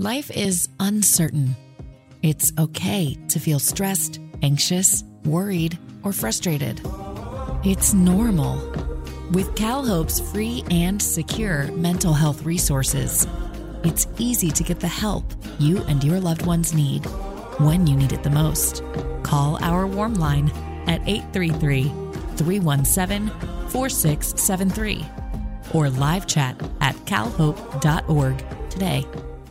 Life is uncertain. It's okay to feel stressed, anxious, worried, or frustrated. It's normal. With CalHOPE's free and secure mental health resources, it's easy to get the help you and your loved ones need when you need it the most. Call our warm line at 833-317-4673 or live chat at calhope.org today.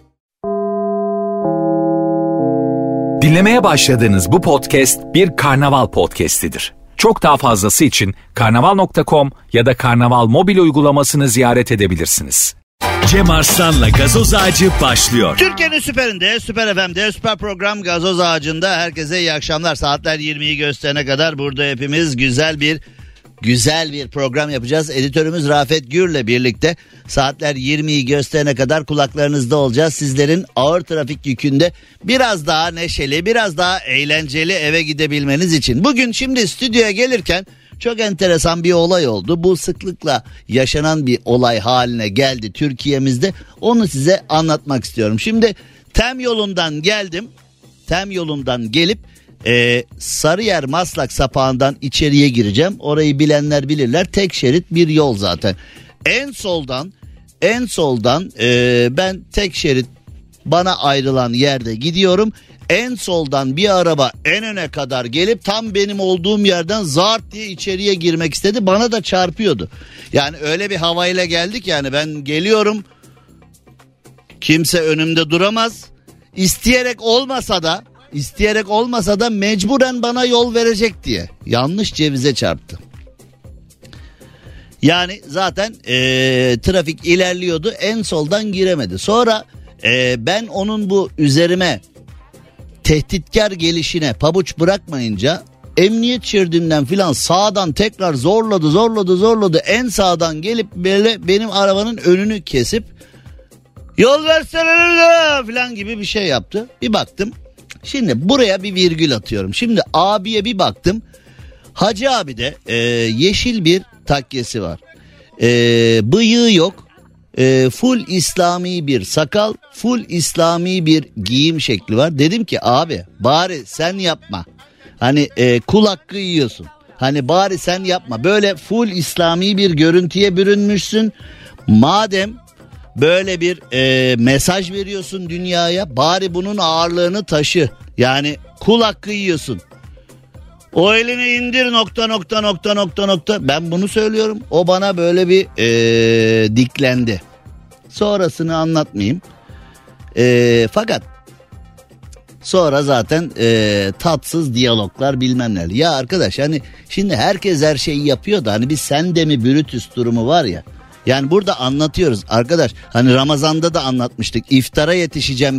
Dinlemeye başladığınız bu podcast bir Karnaval podcastidir. Çok daha fazlası için karnaval.com ya da Karnaval mobil uygulamasını ziyaret edebilirsiniz. Cem Arslan'la Gazoz Ağacı başlıyor. Türkiye'nin süperinde, Süper FM'de, süper program Gazoz Ağacı'nda herkese iyi akşamlar. Saatler 20'yi gösterene kadar burada hepimiz güzel bir program yapacağız. Editörümüz Rafet Gür'le birlikte saatler 20'yi gösterene kadar kulaklarınızda olacağız. Sizlerin ağır trafik yükünde biraz daha neşeli, biraz daha eğlenceli eve gidebilmeniz için. Bugün şimdi stüdyoya gelirken çok enteresan bir olay oldu. Bu sıklıkla yaşanan bir olay haline geldi Türkiye'mizde. Onu size anlatmak istiyorum. Şimdi Tem yolundan geldim. Tem yolundan gelip Sarıyer Maslak sapağından içeriye gireceğim. Orayı bilenler bilirler. Tek şerit bir yol zaten. En soldan ben tek şerit bana ayrılan yerde gidiyorum. En soldan bir araba en öne kadar gelip tam benim olduğum yerden zart diye içeriye girmek istedi. Bana da çarpıyordu. Yani öyle bir havayla geldik, yani ben geliyorum. Kimse önümde duramaz. İsteyerek olmasa da mecburen bana yol verecek diye yanlış cevize çarptı. Yani zaten trafik ilerliyordu, en soldan giremedi. Sonra ben onun bu üzerime tehditkar gelişine pabuç bırakmayınca emniyet şeridinden filan sağdan tekrar zorladı. En sağdan gelip böyle benim arabanın önünü kesip yol versene filan gibi bir şey yaptı. Bir baktım. Şimdi buraya bir virgül atıyorum. Şimdi abiye bir baktım. Hacı abi de yeşil bir takkesi var. Bıyığı yok. Full İslami bir sakal, full İslami bir giyim şekli var. Dedim ki abi bari sen yapma. Hani kul hakkı yiyorsun. Hani bari sen yapma. Böyle full İslami bir görüntüye bürünmüşsün. Madem böyle bir mesaj veriyorsun dünyaya, bari bunun ağırlığını taşı. Yani kul hakkı yiyorsun. O elini indir ... Ben bunu söylüyorum. O bana böyle bir diklendi. Sonrasını anlatmayayım. Fakat sonra zaten tatsız diyaloglar bilmem neler. Ya arkadaş, hani şimdi herkes her şeyi yapıyor da hani bir sen de mi Brutus durumu var ya. Yani burada anlatıyoruz arkadaş. Hani Ramazan'da da anlatmıştık. İftara yetişeceğim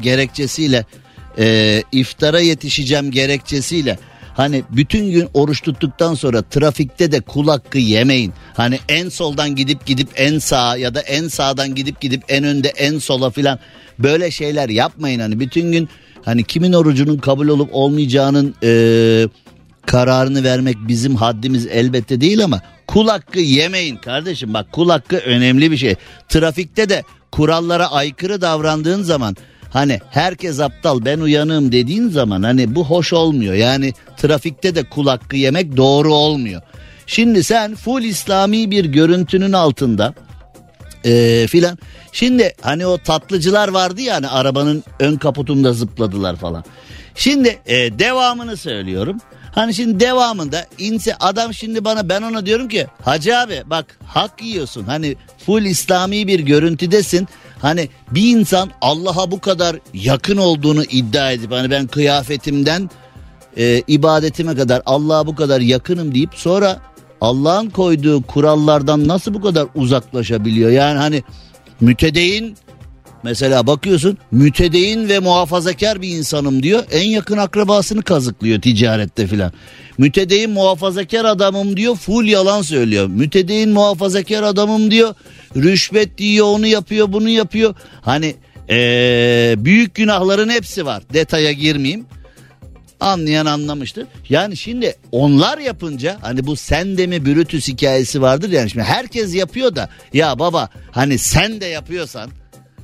gerekçesiyle. Hani bütün gün oruç tuttuktan sonra trafikte de kul hakkı yemeyin. Hani en soldan gidip en sağa ya da en sağdan gidip en önde en sola filan böyle şeyler yapmayın. Hani bütün gün hani kimin orucunun kabul olup olmayacağının kararını vermek bizim haddimiz elbette değil ama kul hakkı yemeyin kardeşim. Bak, kul hakkı önemli bir şey. Trafikte de kurallara aykırı davrandığın zaman, hani herkes aptal ben uyanığım dediğin zaman hani bu hoş olmuyor. Yani trafikte de kul hakkı yemek doğru olmuyor. Şimdi sen full İslami bir görüntünün altında filan. Şimdi hani o tatlıcılar vardı ya, hani arabanın ön kaputunda zıpladılar falan. Şimdi devamını söylüyorum. Hani şimdi devamında adam şimdi ben ona diyorum ki hacı abi bak hak yiyorsun. Hani full İslami bir görüntüdesin. Hani bir insan Allah'a bu kadar yakın olduğunu iddia edip hani ben kıyafetimden ibadetime kadar Allah'a bu kadar yakınım deyip sonra Allah'ın koyduğu kurallardan nasıl bu kadar uzaklaşabiliyor? Yani hani mütedeyyin, mesela bakıyorsun mütedeyyin ve muhafazakar bir insanım diyor. En yakın akrabasını kazıklıyor ticarette filan. Mütedeyyin muhafazakar adamım diyor, full yalan söylüyor. Mütedeyyin muhafazakar adamım diyor, rüşvet diyor, onu yapıyor bunu yapıyor. Hani büyük günahların hepsi var, detaya girmeyeyim. Anlayan anlamıştır. Yani şimdi onlar yapınca hani bu sen de mi Brutus hikayesi vardır yani, şimdi herkes yapıyor da ya baba hani sen de yapıyorsan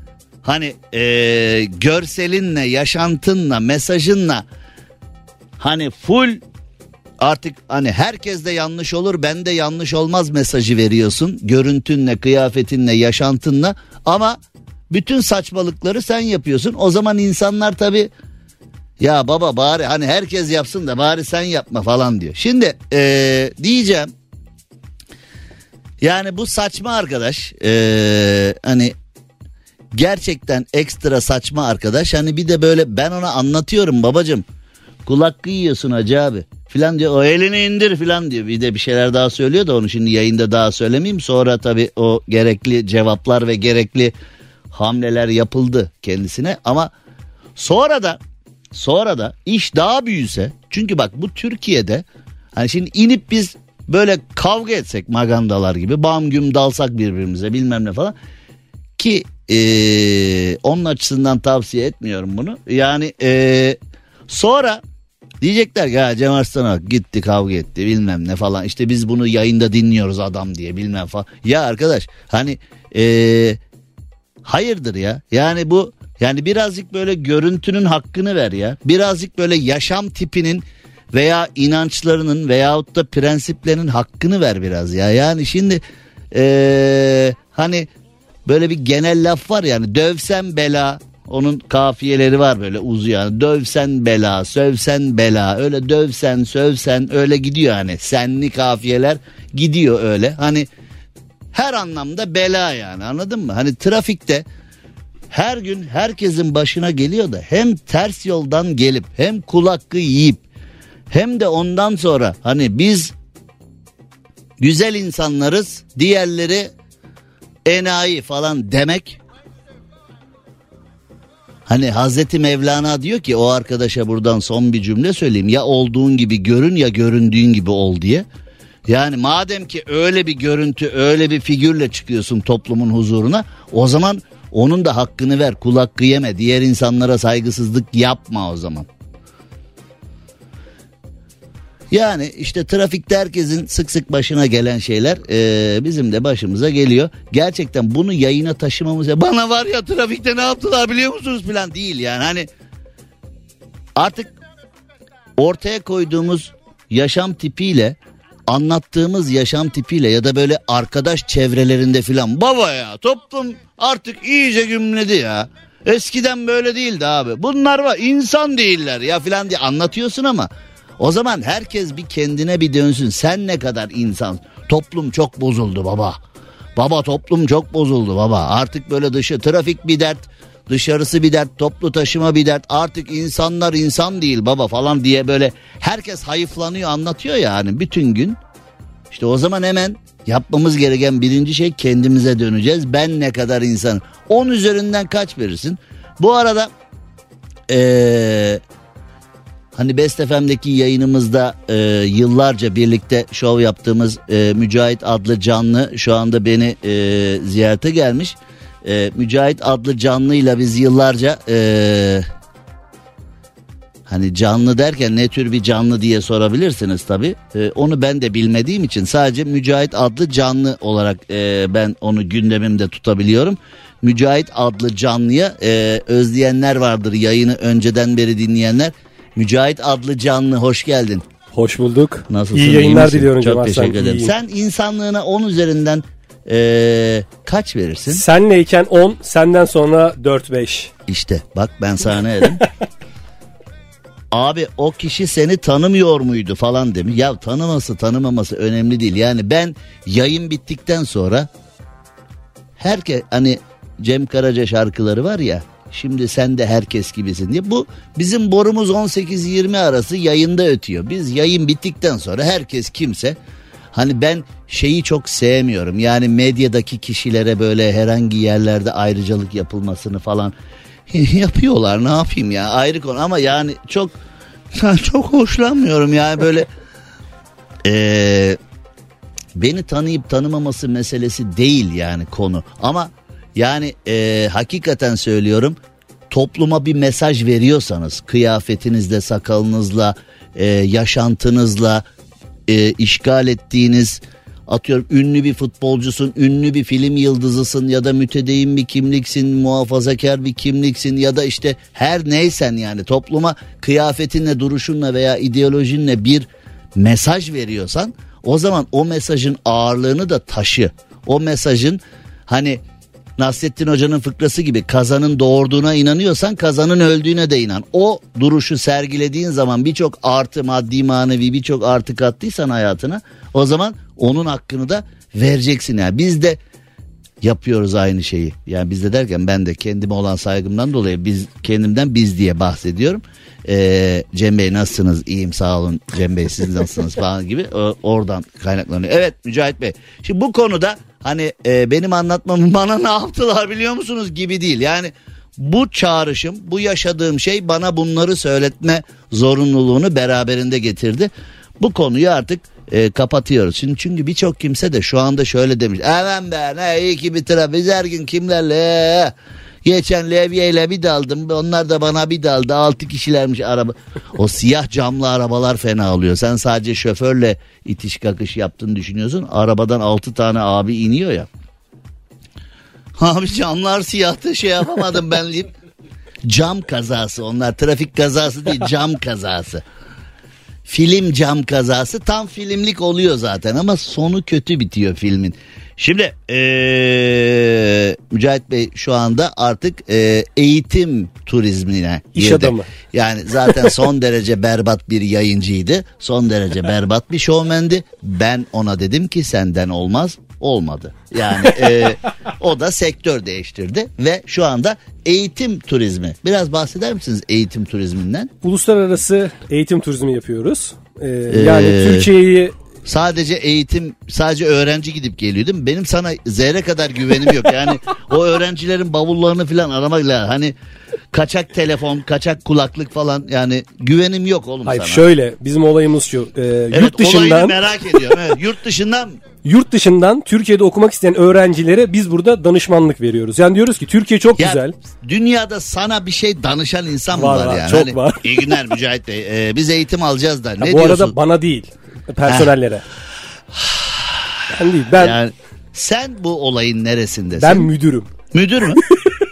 hani görselinle, yaşantınla, mesajınla hani full artık hani herkes de yanlış olur, ben de yanlış olmaz mesajı veriyorsun. Görüntünle, kıyafetinle, yaşantınla, ama bütün saçmalıkları sen yapıyorsun. O zaman insanlar tabii ya baba bari hani herkes yapsın da bari sen yapma falan diyor. Şimdi diyeceğim yani bu saçma arkadaş hani gerçekten ekstra saçma arkadaş. Hani bir de böyle ben ona anlatıyorum, babacığım kulak yiyorsun hacı abi filan diyor, o elini indir filan diyor. Bir de bir şeyler daha söylüyor da onu şimdi yayında daha söylemeyeyim. Sonra tabii o gerekli cevaplar ve gerekli hamleler yapıldı kendisine, ama sonra da iş daha büyüse, çünkü bak bu Türkiye'de hani şimdi inip biz böyle kavga etsek magandalar gibi bam güm dalsak birbirimize bilmem ne falan ki onun açısından tavsiye etmiyorum bunu. Yani sonra diyecekler ya Cem Arslan'a gitti kavga etti bilmem ne falan, işte biz bunu yayında dinliyoruz adam diye bilmem falan. Ya arkadaş hani hayırdır ya, yani bu yani birazcık böyle görüntünün hakkını ver ya, birazcık böyle yaşam tipinin veya inançlarının veyahut da prensiplerinin hakkını ver biraz ya. Yani şimdi hani böyle bir genel laf var yani, dövsen bela, onun kafiyeleri var böyle uzuyor yani, dövsen bela, sövsen bela, öyle dövsen sövsen öyle gidiyor hani, senli kafiyeler gidiyor öyle hani, her anlamda bela yani, anladın mı? Hani trafikte her gün herkesin başına geliyor da hem ters yoldan gelip hem kul hakkı yiyip hem de ondan sonra hani biz güzel insanlarız, diğerleri enayi falan demek. Hani Hazreti Mevlana diyor ki, o arkadaşa buradan son bir cümle söyleyeyim, ya olduğun gibi görün ya göründüğün gibi ol diye. Yani madem ki öyle bir görüntü, öyle bir figürle çıkıyorsun toplumun huzuruna, o zaman onun da hakkını ver, kul hakkı yeme, diğer insanlara saygısızlık yapma o zaman. Yani işte trafikte herkesin sık sık başına gelen şeyler bizim de başımıza geliyor. Gerçekten bunu yayına taşımamız ya, bana var ya trafikte ne yaptılar biliyor musunuz falan değil yani. Hani artık ortaya koyduğumuz yaşam tipiyle, anlattığımız yaşam tipiyle ya da böyle arkadaş çevrelerinde filan, baba ya toplum artık iyice gümledi ya. Eskiden böyle değildi abi. Bunlar var, insan değiller ya filan diye anlatıyorsun, ama o zaman herkes bir kendine bir dönsün. Sen ne kadar insan? Toplum çok bozuldu baba. Baba toplum çok bozuldu baba. Artık böyle trafik bir dert, dışarısı bir dert, toplu taşıma bir dert. Artık insanlar insan değil baba falan diye böyle herkes hayıflanıyor, anlatıyor yani bütün gün. İşte o zaman hemen yapmamız gereken birinci şey, kendimize döneceğiz. Ben ne kadar insanım? 10 üzerinden kaç verirsin? Bu arada hani Best FM'deki yayınımızda yıllarca birlikte şov yaptığımız Mücahit adlı canlı şu anda beni ziyarete gelmiş. Mücahit adlı canlıyla biz yıllarca hani canlı derken ne tür bir canlı diye sorabilirsiniz tabii. Onu ben de bilmediğim için sadece Mücahit adlı canlı olarak ben onu gündemimde tutabiliyorum. Mücahit adlı canlıya özleyenler vardır, yayını önceden beri dinleyenler. Mücahit adlı canlı, hoş geldin. Hoş bulduk. Nasılsın? İyi yayınlar diliyorum. Çok teşekkür ederim. İyiyim. Sen insanlığına 10 üzerinden kaç verirsin? Senleyken 10, senden sonra 4-5. İşte bak ben sana ne dedim? Abi o kişi seni tanımıyor muydu falan demiş. Ya tanımaması önemli değil. Yani ben yayın bittikten sonra herkes, hani Cem Karaca şarkıları var ya, şimdi sen de herkes gibisin diye, bu bizim borumuz 18-20 arası yayında ötüyor. Biz yayın bittikten sonra herkes kimse, hani ben şeyi çok sevmiyorum. Yani medyadaki kişilere böyle herhangi yerlerde ayrıcalık yapılmasını falan yapıyorlar, ne yapayım ya, ayrı konu, ama yani çok hoşlanmıyorum yani böyle beni tanıyıp tanımaması meselesi değil yani konu, ama yani hakikaten söylüyorum, topluma bir mesaj veriyorsanız kıyafetinizle, sakalınızla, yaşantınızla, işgal ettiğiniz atıyorum ünlü bir futbolcusun, ünlü bir film yıldızısın ya da mütedeyyin bir kimliksin, muhafazakar bir kimliksin ya da işte her neysen yani topluma kıyafetinle, duruşunla veya ideolojinle bir mesaj veriyorsan o zaman o mesajın ağırlığını da taşı. O mesajın hani Nasrettin Hoca'nın fıkrası gibi kazanın doğurduğuna inanıyorsan kazanın öldüğüne de inan. O duruşu sergilediğin zaman birçok artı maddi manevi birçok artı kattıysan hayatına o zaman onun hakkını da vereceksin. Yani biz de yapıyoruz aynı şeyi. Yani biz de derken ben de kendime olan saygımdan dolayı kendimden biz diye bahsediyorum. Cem Bey nasılsınız? İyiyim sağ olun. Cem Bey siz nasılsınız falan gibi oradan kaynaklanıyor. Evet Mücahit Bey. Şimdi bu konuda hani benim anlatmamı bana ne yaptılar biliyor musunuz gibi değil. Yani bu çağrışım, bu yaşadığım şey bana bunları söyletme zorunluluğunu beraberinde getirdi. Bu konuyu artık kapatıyoruz. Şimdi çünkü birçok kimse de şu anda şöyle demiş. Aman be ne iyi ki bir biz her gün kimlerle geçen levyeyle bir daldım. Onlar da bana bir daldı. 6 kişilermiş araba. O siyah camlı arabalar fena oluyor. Sen sadece şoförle itiş kakış yaptığını düşünüyorsun. Arabadan 6 tane abi iniyor ya. Abi camlar siyahtı şey yapamadım ben deyip. Cam kazası onlar. Trafik kazası değil cam kazası. Film cam kazası tam filmlik oluyor zaten ama sonu kötü bitiyor filmin. Şimdi Mücahit Bey şu anda artık eğitim turizmine girdi. İş adamı. Yani zaten son derece berbat bir yayıncıydı. Son derece berbat bir şovmendi. Ben ona dedim ki senden olmaz. Olmadı. Yani o da sektör değiştirdi ve şu anda eğitim turizmi. Biraz bahseder misiniz eğitim turizminden? Uluslararası eğitim turizmi yapıyoruz. Yani Türkiye'yi... Sadece eğitim, sadece öğrenci gidip geliyor değil mi? Benim sana zerre kadar güvenim yok. Yani o öğrencilerin bavullarını falan aramakla hani kaçak telefon, kaçak kulaklık falan yani güvenim yok oğlum. Hayır, sana. şöyle bizim olayımız şu. Evet, Yurt dışından olayını merak ediyorum. Evet, yurt dışından Türkiye'de okumak isteyen öğrencilere biz burada danışmanlık veriyoruz. Yani diyoruz ki Türkiye çok güzel. Dünyada sana bir şey danışan insan mı var yani? Çok hani, var. İyi günler Mücahit Bey. Biz eğitim alacağız da. Ne bu diyorsun? arada bana değil. Personellere. Ben değil. Yani sen bu olayın neresindesin? Ben müdürüm. Müdür mü?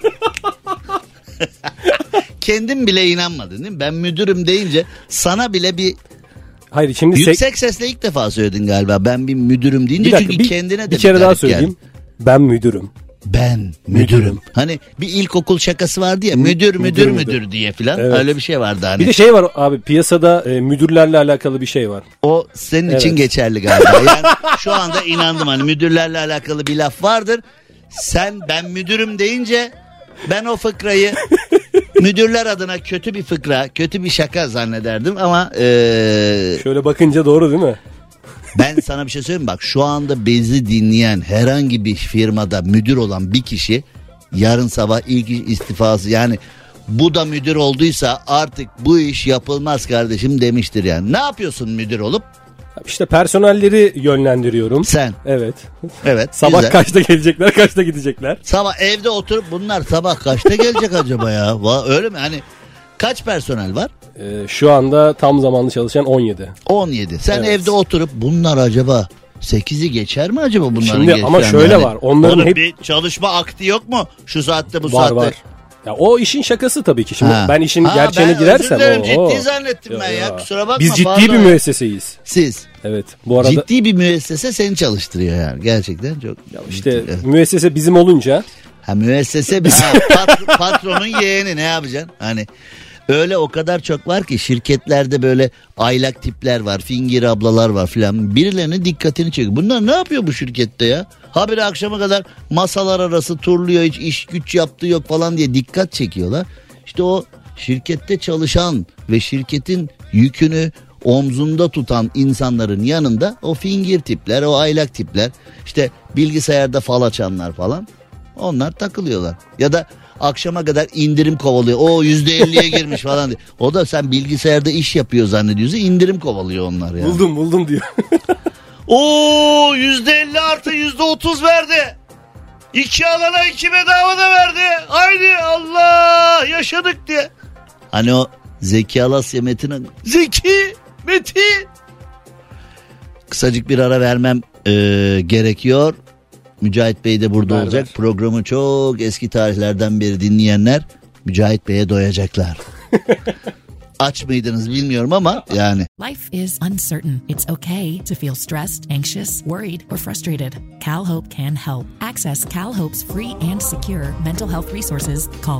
Kendin bile inanmadın değil mi? Ben müdürüm deyince sana bile bir... Hayır şimdi yüksek sesle ilk defa söyledin galiba. Ben bir müdürüm deyince çünkü kendine de bir kere daha söyleyeyim. Ben müdürüm. Ben müdürüm. Hani bir ilkokul şakası vardı ya müdür diye filan. Evet. Öyle bir şey vardı hani. Bir de şey var abi piyasada müdürlerle alakalı bir şey var. O senin için geçerli galiba. Yani şu anda inandım hani müdürlerle alakalı bir laf vardır. Sen ben müdürüm deyince ben o fıkrayı müdürler adına kötü bir fıkra, kötü bir şaka zannederdim ama... Şöyle bakınca doğru değil mi? Ben sana bir şey söyleyeyim mi? Bak şu anda bizi dinleyen herhangi bir firmada müdür olan bir kişi yarın sabah ilk istifası yani bu da müdür olduysa artık bu iş yapılmaz kardeşim demiştir yani. Ne yapıyorsun müdür olup? İşte personelleri yönlendiriyorum. Sen? Evet. Evet. Sabah güzel. Kaçta gelecekler, kaçta gidecekler? Sabah evde oturup bunlar sabah kaçta gelecek acaba ya? Öyle mi? Hani kaç personel var? Şu anda tam zamanlı çalışan 17. 17. Sen evet. Evde oturup bunlar acaba 8'i geçer mi acaba bunların? Şimdi ama şöyle yani, var. Onların hep bir çalışma akti yok mu? Şu saatte bu var, saatte. Var. Ya o işin şakası tabii ki. Şimdi ben işin gerçeğine girersem. Ben ciddi zannettim ben ya. Kusura bakma. Biz ciddi bir müesseseyiz. Siz. Evet. Bu arada ciddi bir müessese seni çalıştırıyor yani. Gerçekten çok. İşte evet. Müessese bizim olunca. Müessese patronun yeğeni ne yapacaksın? Hani öyle o kadar çok var ki şirketlerde böyle aylak tipler var, fingir ablalar var filan. Birilerinin dikkatini çekiyor. Bunlar ne yapıyor bu şirkette ya? Habire akşama kadar masalar arası turluyor, hiç iş güç yaptığı yok falan diye dikkat çekiyorlar. İşte o şirkette çalışan ve şirketin yükünü omzunda tutan insanların yanında o fingir tipler, o aylak tipler, işte bilgisayarda fal açanlar falan, onlar takılıyorlar. Ya da akşama kadar indirim kovalıyor. O %50'ye girmiş falan diye. O da sen bilgisayarda iş yapıyor zannediyorsun. İndirim kovalıyor onlar ya. Yani. Buldum diyor. Oo %50 artı %30 verdi. 2 alana 2 bedava da verdi. Haydi Allah yaşadık diye. Hani o Zeki Alasya Metin. Zeki Metin. Kısacık bir ara vermem gerekiyor. Mücahit Bey de burada Ver. olacak. Programı çok eski tarihlerden beri dinleyenler Mücahit Bey'e doyacaklar. Aç mıydınız bilmiyorum ama yani. Life is uncertain. It's okay to feel stressed, anxious, worried, or frustrated. CalHope can help. Access CalHope's free and secure mental health resources. Call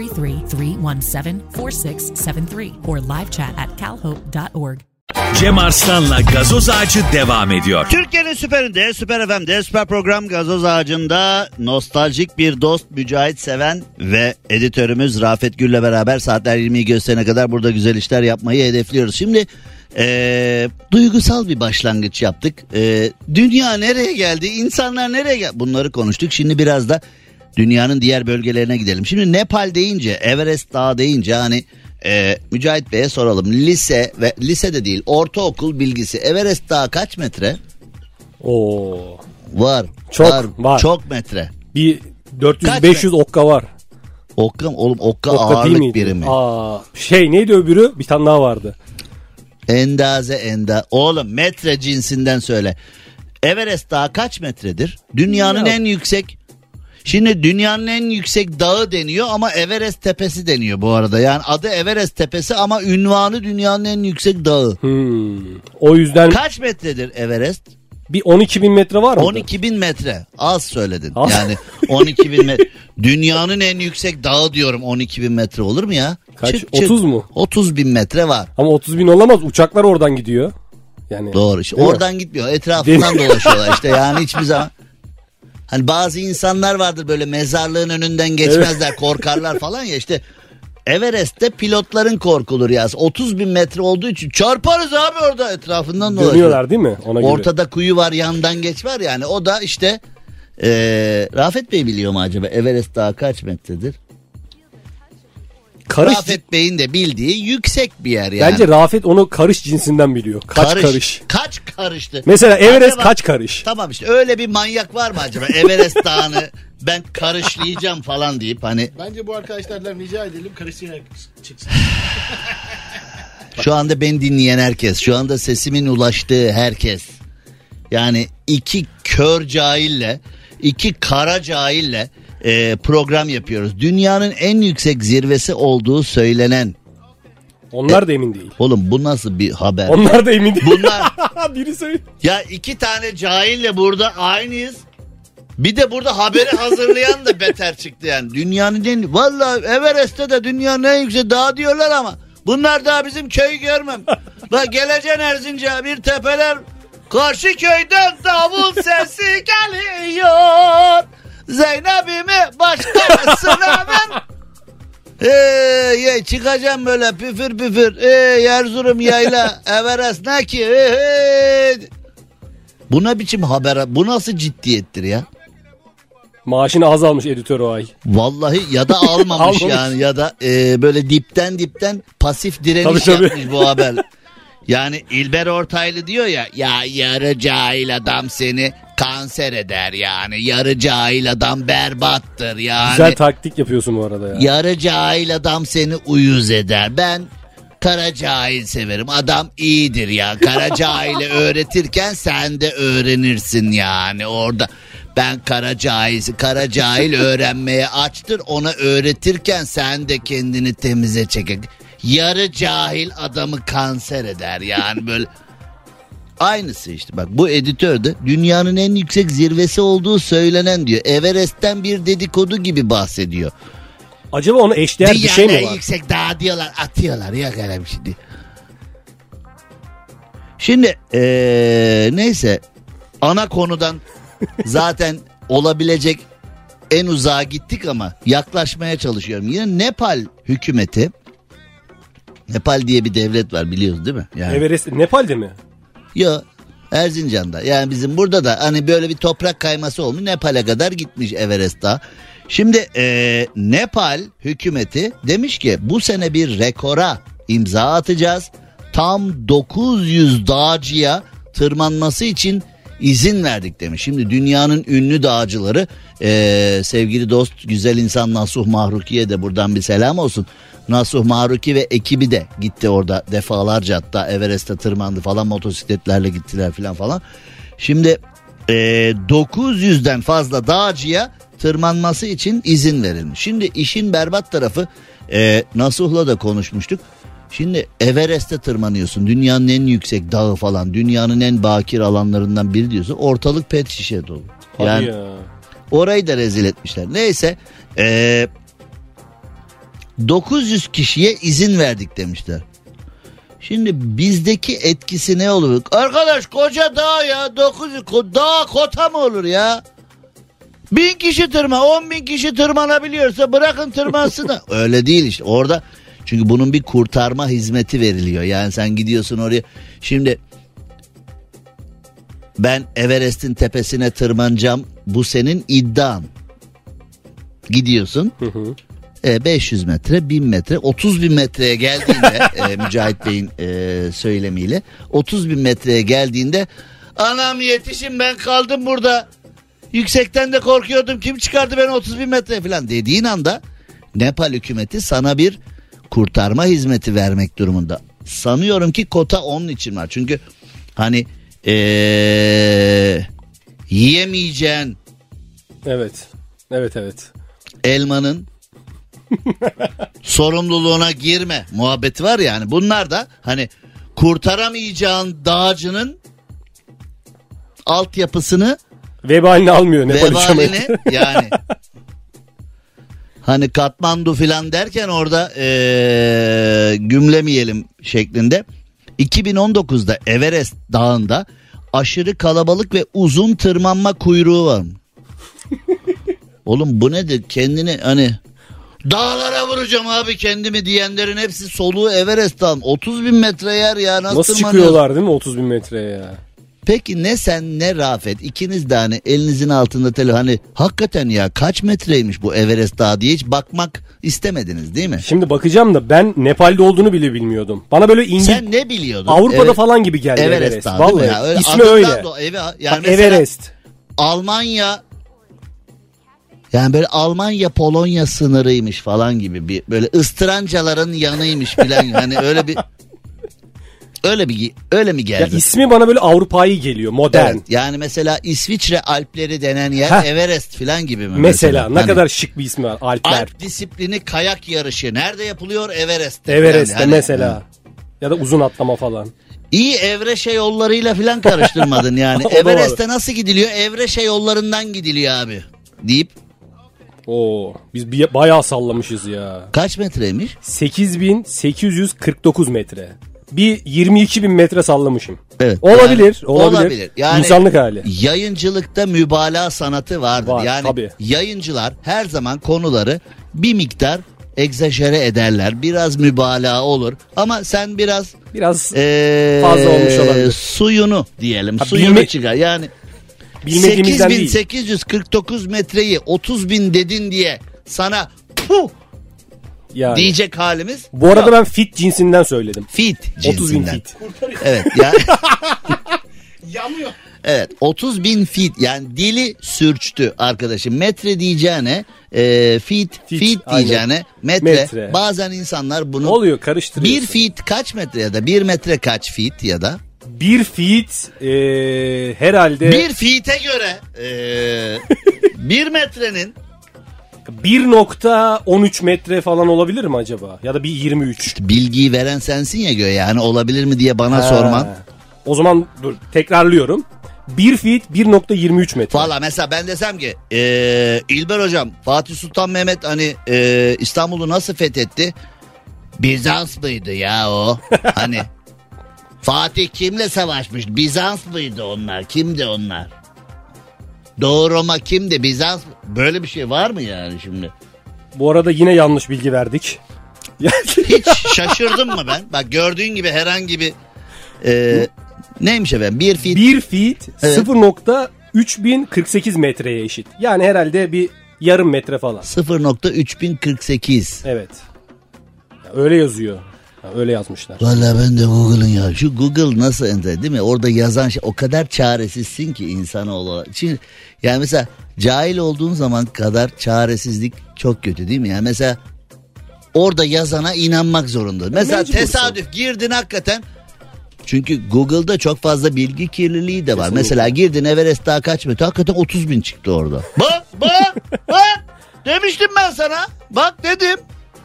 833-317-4673 or live chat at calhope.org. Cem Arslan'la Gazoz Ağacı devam ediyor. Türkiye'nin süperinde, Süper FM'de, süper program Gazoz Ağacı'nda nostaljik bir dost, Mücahit Seven ve editörümüz Rafet Gül'le beraber saatler 20'yi gösterene kadar burada güzel işler yapmayı hedefliyoruz. Şimdi duygusal bir başlangıç yaptık. Dünya nereye geldi, insanlar nereye geldi, bunları konuştuk. Şimdi biraz da dünyanın diğer bölgelerine gidelim. Şimdi Nepal deyince, Everest Dağı deyince hani... Mücahit Bey'e soralım. Lise ve lise de değil, ortaokul bilgisi. Everest Dağı kaç metre? Oo. Var. Var. Çok metre. Bir 400-500 okka var. Okka oğlum, okka Okka değil ağırlık miydi? birimi. Neydi öbürü? Bir tane daha vardı. Oğlum metre cinsinden söyle. Everest Dağı kaç metredir? Dünyanın en yüksek. Şimdi dünyanın en yüksek dağı deniyor ama Everest Tepesi deniyor bu arada. Yani adı Everest Tepesi ama ünvanı dünyanın en yüksek dağı. O yüzden... Kaç metredir Everest? Bir 12.000 metre var mı? 12.000 metre. Az söyledin. Az. Yani 12.000 metre. Dünyanın en yüksek dağı diyorum, 12.000 metre olur mu ya? Kaç? 30 mu? 30.000 metre var. Ama 30.000 olamaz. Uçaklar oradan gidiyor. Yani. Doğru. İşte oradan gitmiyor. Etrafından dolaşıyorlar işte. Yani hiçbir zaman. Hani bazı insanlar vardır böyle mezarlığın önünden geçmezler, evet. Korkarlar falan ya işte. Everest'te pilotların korkulur ya. 30.000 metre olduğu için çarparız abi orada, etrafından dolaşıyor. Dönüyorlar değil mi? Ona ortada göre. Kuyu var, yandan geç var yani. O da işte Rafet Bey biliyor mu acaba Everest Dağı kaç metredir? Rafet Bey'in de bildiği yüksek bir yer yani. Bence Rafet onu karış cinsinden biliyor. Karış. Kaç karıştı? Mesela Everest acaba, kaç karış? Tamam işte öyle bir manyak var mı acaba? Everest Dağı'nı ben karışlayacağım falan deyip hani. Bence bu arkadaşlardan rica edelim karıştırarak çıksın. Şu anda beni dinleyen herkes, şu anda sesimin ulaştığı herkes. Yani iki kör cahille, iki kara cahille program yapıyoruz. Dünyanın en yüksek zirvesi olduğu söylenen. Onlar da emin değil. Oğlum bu nasıl bir haber? Onlar da emin değil. Bunlar biri söylüyor. Ya iki tane cahille burada aynıyız. Bir de burada haberi hazırlayan da beter çıktı yani. Dünyanın en... Vallahi Everest'te de dünyanın en yüksek dağı diyorlar ama bunlar daha bizim köyü görmem. La geleceksin Erzincan'a, bir tepeler karşı köyden davul sesi geliyor. Zeynep'imi başkasına ver. Çıkacağım böyle püfür püfür. Erzurum yayla Everest ne ki? Bu ne biçim haber? Bu nasıl ciddiyettir ya? Maaşını az almış editör o ay. Vallahi ya da almamış yani ya da böyle dipten pasif direniş yapmış bu haber. Yani İlber Ortaylı diyor ya yarı cahil adam seni kanser eder yani, yarı cahil adam berbattır yani. Güzel taktik yapıyorsun bu arada ya. Yarı cahil adam seni uyuz eder. Ben kara cahil severim, adam iyidir ya. Kara cahili öğretirken sen de öğrenirsin yani orada. Ben kara cahil öğrenmeye açtır, ona öğretirken sen de kendini temize çek. Yarı cahil adamı kanser eder yani böyle. Aynısı işte bak, bu editör de dünyanın en yüksek zirvesi olduğu söylenen diyor. Everest'ten bir dedikodu gibi bahsediyor. Acaba onu eşdeğer bir şey mi var? Dünyanın en yüksek dağı diyorlar, atıyorlar ya öyle bir şey değil. Şimdi neyse, ana konudan zaten olabilecek en uzağa gittik ama yaklaşmaya çalışıyorum. Yine Nepal hükümeti, Nepal diye bir devlet var biliyoruz değil mi? Yani. Everest Nepal'de mi? Yok, Erzincan'da. Yani bizim burada da hani böyle bir toprak kayması olmuş, Nepal'e kadar gitmiş Everest Dağı. Şimdi Nepal hükümeti demiş ki bu sene bir rekora imza atacağız. Tam 900 dağcıya tırmanması için izin verdik demiş. Şimdi dünyanın ünlü dağcıları, sevgili dost güzel insan Nasuh Mahruki'ye de buradan bir selam olsun. Nasuh Mahruki ve ekibi de gitti orada defalarca, hatta Everest'e tırmandı falan, motosikletlerle gittiler falan. Şimdi 900'den fazla dağcıya tırmanması için izin verilmiş. Şimdi işin berbat tarafı, Nasuh'la da konuşmuştuk. Şimdi Everest'e tırmanıyorsun, dünyanın en yüksek dağı falan, dünyanın en bakir alanlarından biri diyorsun, ortalık pet şişe dolu. Hadi Yani ya. orayı da rezil etmişler. Neyse 900 kişiye izin verdik demişler. Şimdi bizdeki etkisi ne olur? Arkadaş koca dağ ya, 900 dağ kota mı olur ya? 1000 kişi 10.000 kişi tırmanabiliyorsa bırakın tırmansın da. Öyle değil işte orada, çünkü bunun bir kurtarma hizmeti veriliyor. Yani sen gidiyorsun oraya, şimdi ben Everest'in tepesine tırmanacağım, bu senin iddian. Gidiyorsun. 500 metre, 1000 metre, 30.000 metreye geldiğinde Mücahit Bey'in söylemiyle 30.000 metreye geldiğinde anam yetişin ben kaldım burada, yüksekten de korkuyordum, kim çıkardı beni 30.000 metreye falan dediğin anda Nepal hükümeti sana bir kurtarma hizmeti vermek durumunda. Sanıyorum ki kota onun için var, çünkü hani yiyemeyeceğin Evet elmanın sorumluluğuna girme muhabbeti var yani. Bunlar da hani kurtaramayacağın dağcının altyapısını, vebalini almıyor Nepal hükümeti. yani hani Katmandu filan derken orada gümlemeyelim şeklinde. 2019'da Everest dağında aşırı kalabalık ve uzun tırmanma kuyruğu var. Oğlum bu nedir? Kendini hani dağlara vuracağım abi kendimi diyenlerin hepsi soluğu Everest dağın. 30.000 metre yer ya, nasıl çıkıyorlar değil mi 30.000 metreye ya? Peki ne sen ne Rafet, ikiniz de hani elinizin altında telefon, hani hakikaten ya kaç metreymiş bu Everest dağı diye hiç bakmak istemediniz değil mi? Şimdi bakacağım da ben Nepal'de olduğunu bile bilmiyordum. Bana böyle Sen ne biliyordun? Avrupa'da falan gibi geldi Everest. Dağı, vallahi ya? Öyle ismi öyle. Yani bak, Everest. Almanya, yani böyle Almanya Polonya sınırıymış falan gibi, bir böyle ıstırancaların yanıymış falan hani öyle mi geldi? Ya ismi bana böyle Avrupa'yı geliyor, modern. Evet, yani mesela İsviçre Alpleri denen yer Everest falan gibi mi? Mesela ne hani, kadar şık bir ismi var, Alpler. Alp disiplini kayak yarışı nerede yapılıyor? Everest'te. Everest'te yani, mesela. Ya da uzun atlama falan. İyi Evreşe yollarıyla falan karıştırmadın yani. Everest'te nasıl gidiliyor? Evreşe yollarından gidiliyor abi deyip. Oo, biz bayağı sallamışız ya. Kaç metreymiş? 8.849 metre. Bir 22.000 metre sallamışım. Evet. Olabilir. Yani İnsanlık hali. Yayıncılıkta mübalağa sanatı vardır. Var, yani tabii. Yayıncılar her zaman konuları bir miktar egzajere ederler. Biraz mübalağa olur. Ama sen biraz fazla olmuş olabilir. Suyunu diyelim. Suyunu çıkar. Yani bilmediğimizden değil. 8.849 metreyi 30.000 dedin diye sana puh yani diyecek halimiz. Bu arada ben fit cinsinden söyledim. Fit 30.000 cinsinden. fit. Evet yani. Yanmıyor. Evet 30.000 fit, yani dili sürçtü arkadaşım. Metre diyeceğine fit diyeceğine metre. Bazen insanlar bunu oluyor, karıştırıyorsun. Bir fit kaç metre ya da bir metre kaç fit ya da? Bir fit herhalde. Bir fit'e göre bir metrenin 1.13 metre falan olabilir mi acaba? Ya da bir 23. İşte bilgiyi veren sensin ya göğe, yani olabilir mi diye bana sorman. O zaman dur tekrarlıyorum. 1 feet 1.23 metre. Valla mesela ben desem ki İlber hocam, Fatih Sultan Mehmet hani İstanbul'u nasıl fethetti? Bizans mıydı ya o? Hani Fatih kimle savaşmış? Bizans mıydı onlar? Kimdi onlar? Doğu Roma kimdi? Bizans. Böyle bir şey var mı yani şimdi? Bu arada yine yanlış bilgi verdik. Hiç şaşırdım mı ben? Bak gördüğün gibi herhangi bir neymiş efendim? 1 feet. 1 feet evet. 0.3048 metreye eşit. Yani herhalde bir yarım metre falan. 0.3048. Evet. Ya öyle yazıyor. Ya öyle yazmışlar. Vallahi ben de Google'ın ya. Şu Google nasıl enter değil mi? Orada yazan şey o kadar çaresizsin ki insanoğlu. Şimdi yani mesela cahil olduğun zaman kadar çaresizlik çok kötü değil mi? Yani mesela orada yazana inanmak zorunda. Mesela tesadüf girdin hakikaten Çünkü Google'da çok fazla bilgi kirliliği de var. Kesinlikle. Mesela girdin Everest Dağı kaç metre? Hakikaten 30.000 çıktı orada. Bak. Demiştim ben sana. Bak dedim.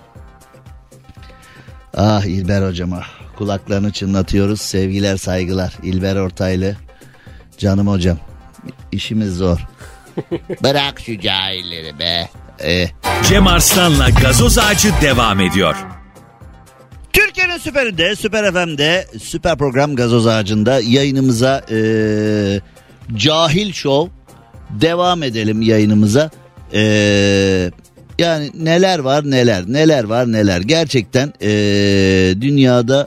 Ah İlber hocama. Kulaklarını çınlatıyoruz. Sevgiler saygılar. İlber Ortaylı. Canım hocam. İşimiz zor. Bırak şu cahilleri be. Cem Arslan'la Gazoz Ağacı devam ediyor. Türkiye'nin süperinde, Süper FM'de, süper program Gazoz Ağacı'nda yayınımıza Cahil Show devam edelim yayınımıza. Yani neler var. Gerçekten dünyada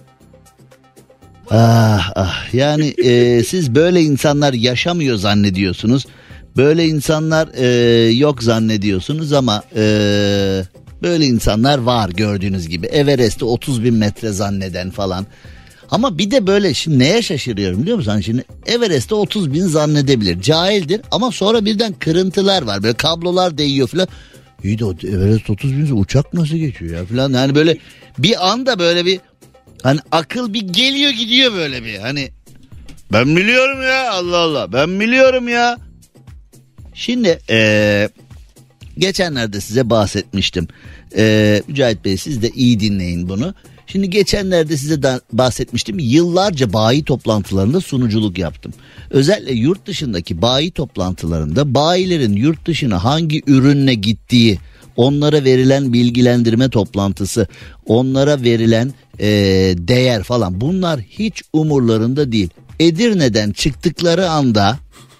yani siz böyle insanlar yaşamıyor zannediyorsunuz. Böyle insanlar yok zannediyorsunuz ama böyle insanlar var gördüğünüz gibi. Everest'te 30.000 metre zanneden falan. Ama bir de böyle şimdi neye şaşırıyorum biliyor musun? Şimdi Everest'te 30.000 zannedebilir. Cahildir ama sonra birden kırıntılar var. Böyle kablolar değiyor falan. İyi de Everest 30.000 uçak nasıl geçiyor ya falan. Yani böyle bir anda böyle bir hani akıl bir geliyor gidiyor böyle bir. Hani ben biliyorum ya Allah ben biliyorum ya. Şimdi geçenlerde size bahsetmiştim. Mücahit Bey siz de iyi dinleyin bunu. Şimdi geçenlerde size bahsetmiştim. Yıllarca bayi toplantılarında sunuculuk yaptım. Özellikle yurt dışındaki bayi toplantılarında bayilerin yurt dışına hangi ürünle gittiği, onlara verilen bilgilendirme toplantısı, onlara verilen değer falan bunlar hiç umurlarında değil. Edirne'den çıktıkları anda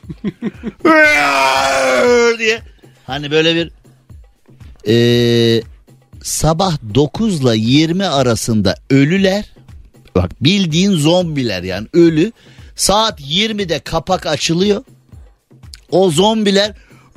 diye hani böyle bir sabah 9 ile 20 arasında ölüler, bak bildiğin zombiler yani ölü, saat 20'de kapak açılıyor, o zombiler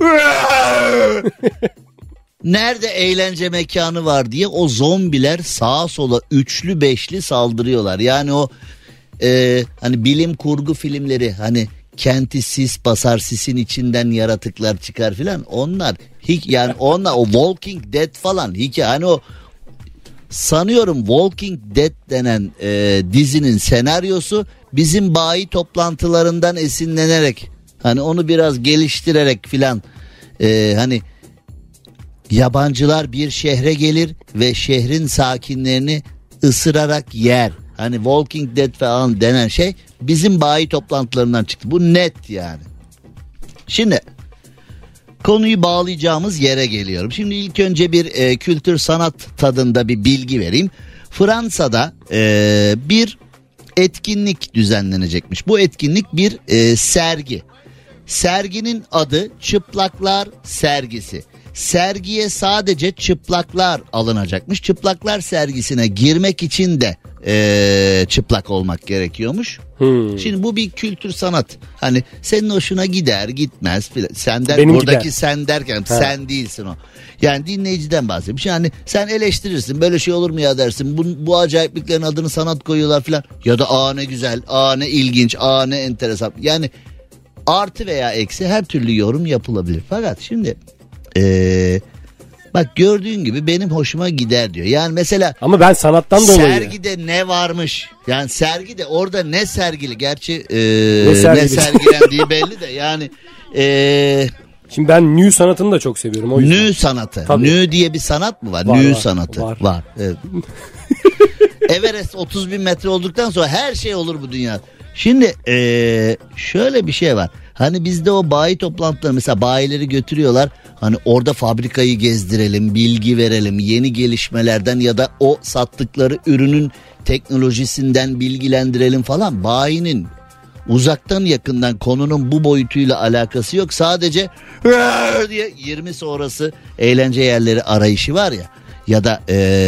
nerede eğlence mekanı var diye o zombiler sağa sola üçlü beşli saldırıyorlar. Yani o hani bilim kurgu filmleri, hani kenti sis basar, sisin içinden yaratıklar çıkar filan, onlar yani onlar o Walking Dead falan hikaye, hani o sanıyorum Walking Dead denen dizinin senaryosu bizim bayi toplantılarından esinlenerek, hani onu biraz geliştirerek filan, hani yabancılar bir şehre gelir ve şehrin sakinlerini ısırarak yer. Hani Walking Dead falan denen şey bizim bayi toplantılarından çıktı. Bu net yani. Şimdi konuyu bağlayacağımız yere geliyorum. Şimdi ilk önce bir kültür sanat tadında bir bilgi vereyim. Fransa'da bir etkinlik düzenlenecekmiş. Bu etkinlik bir sergi. Serginin adı Çıplaklar Sergisi. Sergiye sadece çıplaklar alınacakmış. Çıplaklar sergisine girmek için de çıplak olmak gerekiyormuş. Şimdi bu bir kültür sanat. Hani senin hoşuna gider gitmez filan. Senden benim buradaki gider. sen derken sen değilsin o. Yani dinleyiciden bahsediyorum. Yani sen eleştirirsin, böyle şey olur mu ya dersin. Bu acayipliklerin adını sanat koyuyorlar filan. Ya da ne güzel, ne ilginç, ne enteresan. Yani artı veya eksi her türlü yorum yapılabilir. Fakat şimdi bak gördüğün gibi benim hoşuma gider diyor. Yani mesela ama ben sanattan dolayı. sergide ne varmış? Yani sergide orada ne sergili? Gerçi sergili? ne sergilendiği belli de yani Şimdi ben nü sanatını da çok seviyorum o yüzden. nü sanatı. Tabii. Nü diye bir sanat mı var? Var, Nü var, sanatı. var. Evet. Everest 30.000 metre olduktan sonra her şey olur bu dünya. Şimdi şöyle bir şey var. Hani bizde o bayi toplantıları, mesela bayileri götürüyorlar. Hani orada fabrikayı gezdirelim, bilgi verelim, yeni gelişmelerden ya da o sattıkları ürünün teknolojisinden bilgilendirelim falan. Bayinin uzaktan yakından konunun bu boyutuyla alakası yok. Sadece diye 20 sonrası eğlence yerleri arayışı var ya. Ya da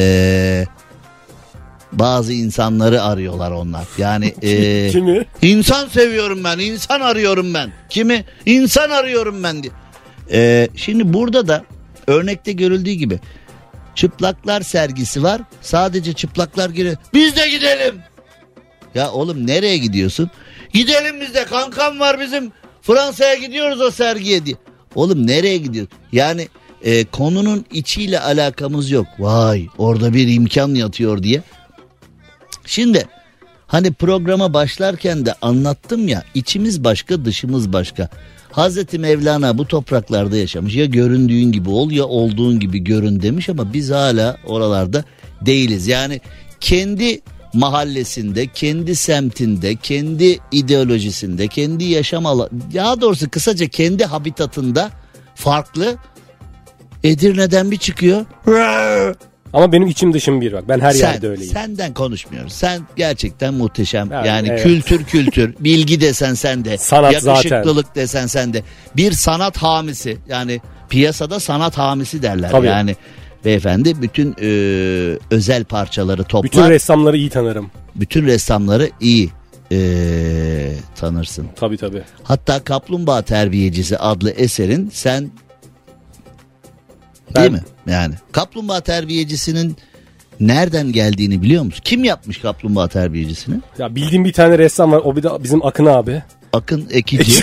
bazı insanları arıyorlar onlar. Yani Kimi? İnsan seviyorum ben, insan arıyorum ben. Kimi? İnsan arıyorum ben diye. Şimdi burada da örnekte görüldüğü gibi çıplaklar sergisi var. Sadece çıplaklar giriyor. Biz de gidelim. Ya oğlum nereye gidiyorsun? Gidelim biz de, kankam var bizim. Fransa'ya gidiyoruz o sergiye diye. Oğlum nereye gidiyorsun? Yani konunun içiyle alakamız yok. Vay orada bir imkan yatıyor diye. Şimdi Hani programa başlarken de anlattım ya, içimiz başka dışımız başka. Hazreti Mevlana bu topraklarda yaşamış, ya göründüğün gibi ol ya olduğun gibi görün demiş ama biz hala oralarda değiliz. Yani kendi mahallesinde, kendi semtinde, kendi ideolojisinde, kendi yaşam alanı, daha doğrusu kısaca kendi habitatında farklı. Edirne'den bir çıkıyor. Ama benim içim dışım bir bak. Ben her yerde öyleyim. Senden konuşmuyoruz. Sen gerçekten muhteşem. Yani evet. Kültür, bilgi desen sen de. Sanat yakışıklılık zaten. desen sen de. Bir sanat hamisi. Yani piyasada sanat hamisi derler. Tabii. Yani beyefendi bütün özel parçaları toplar. Bütün ressamları iyi tanırım. Bütün ressamları iyi tanırsın. Tabii. Hatta Kaplumbağa Terbiyecisi adlı eserin sen... Değil mi? Yani Kaplumbağa Terbiyecisinin nereden geldiğini biliyor musun? Kim yapmış Kaplumbağa Terbiyecisini? Ya bildiğim bir tane ressam var. O bir de bizim Akın abi. Akın Ekici.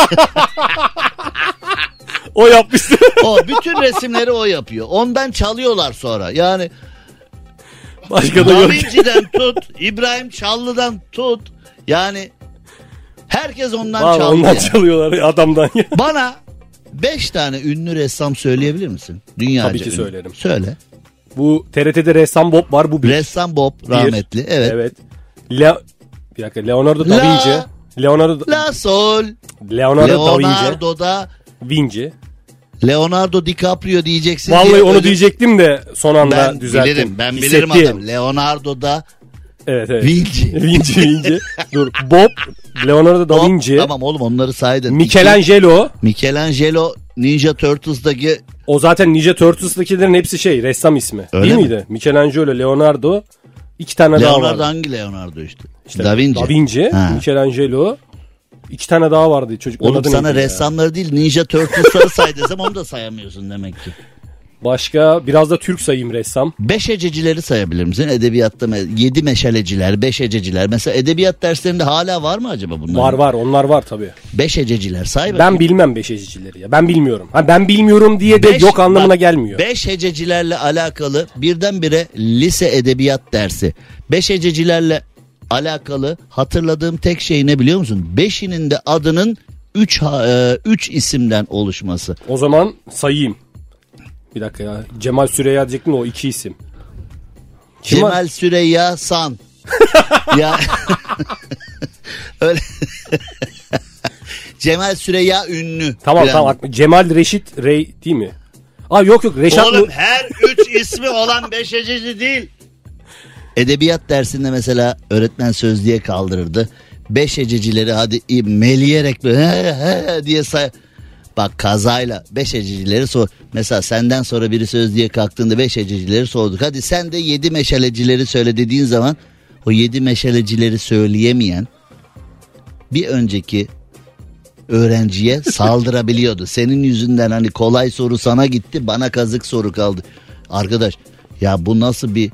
O yapmıştı. O bütün resimleri o yapıyor. Ondan çalıyorlar sonra. Yani Başka da Da yok. Vinci'den tut, İbrahim Çallı'dan tut. Yani herkes ondan Vallahi çaldı. ondan Yani. çalıyorlar adamdan ya. Bana 5 tane ünlü ressam söyleyebilir misin? Dünyaca Tabii ki ünlü. söylerim. Söyle. Bu TRT'de ressam Bob var, bu bir. Ressam Bob rahmetli. Evet. Evet. Bir dakika, Leonardo da Vinci. La Sol. Leonardo da Vinci. Leonardo DiCaprio diyeceksin. Vallahi diye onu diyecektim de son anda düzelttim. Ben bilirim Hissettim. adam. Leonardo da Evet. Vinci. Vinci. Dur. Bob, Leonardo da Bob, Vinci. Tamam oğlum onları saydın. Michelangelo. Ninja Turtles'daki. O zaten Ninja Turtles'dakilerin hepsi ressam ismi. Öyle değil mi? miydi? Michelangelo, Leonardo. 2 tane daha Leonardo vardı. hangi Leonardo işte? İşte Da Vinci. Da Vinci, Ha. Michelangelo. 2 tane daha vardı çocuk. Oğlum sana ressamları değil Ninja Turtles'ları say desem onu da sayamıyorsun demek ki. Başka biraz da Türk sayayım ressam. Beş hececileri sayabilir misin? Edebiyatta 7 meşaleciler, 5 hececiler. Mesela edebiyat derslerinde hala var mı acaba bunlar? Var onlar var tabii. 5 hececiler say bakayım. Ben bilmem 5 hececileri ya. Ben bilmiyorum. Ben bilmiyorum diye de yok anlamına gelmiyor. 5 hececilerle alakalı birdenbire lise edebiyat dersi. 5 hececilerle alakalı hatırladığım tek şey ne biliyor musun? 5'inin de adının 3 isimden oluşması. O zaman sayayım. Bir dakika ya. Cemal Süreyya diyecektim de o 2 isim. Cemal Süreyya San. Ya öyle. Cemal Süreyya Ünlü. Tamam falan. tamam. Cemal Reşit Rey değil mi? Aa yok Reşat. Oğlum her 3 ismi olan 5 hececi değil. Edebiyat dersinde mesela öğretmen sözlüğe kaldırırdı. 5 hececileri hadi meleyerek diye say. Bak kazayla 5 hececileri sor. Mesela senden sonra biri sözlüğe kalktığında 5 hececileri sorduk. Hadi sen de 7 meşalecileri söyle dediğin zaman o 7 meşalecileri söyleyemeyen bir önceki öğrenciye saldırabiliyordu. Senin yüzünden hani kolay soru sana gitti, bana kazık soru kaldı. Arkadaş ya bu nasıl bir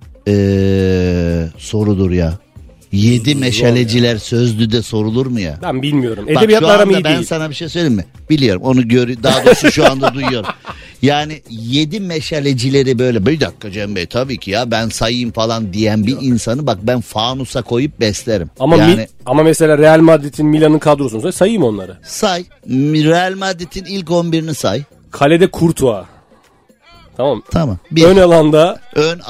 sorudur ya. 7 meşaleciler sözlüde sorulur mu ya? Ben bilmiyorum. Bak, Edebiyatla aram iyi ben değil. sana bir şey söyleyeyim mi? Biliyorum onu daha doğrusu şu anda duyuyorum. Yani 7 meşalecileri böyle bir dakika Cem Bey tabii ki ya ben sayayım falan diyen bir insanı bak ben fanusa koyup beslerim. Ama yani, ama mesela Real Madrid'in Milan'ın kadrosunu sayayım onları. Say. Real Madrid'in ilk 11'ini say. Kalede Courtois. Tamam. Tamam. Ön alanda.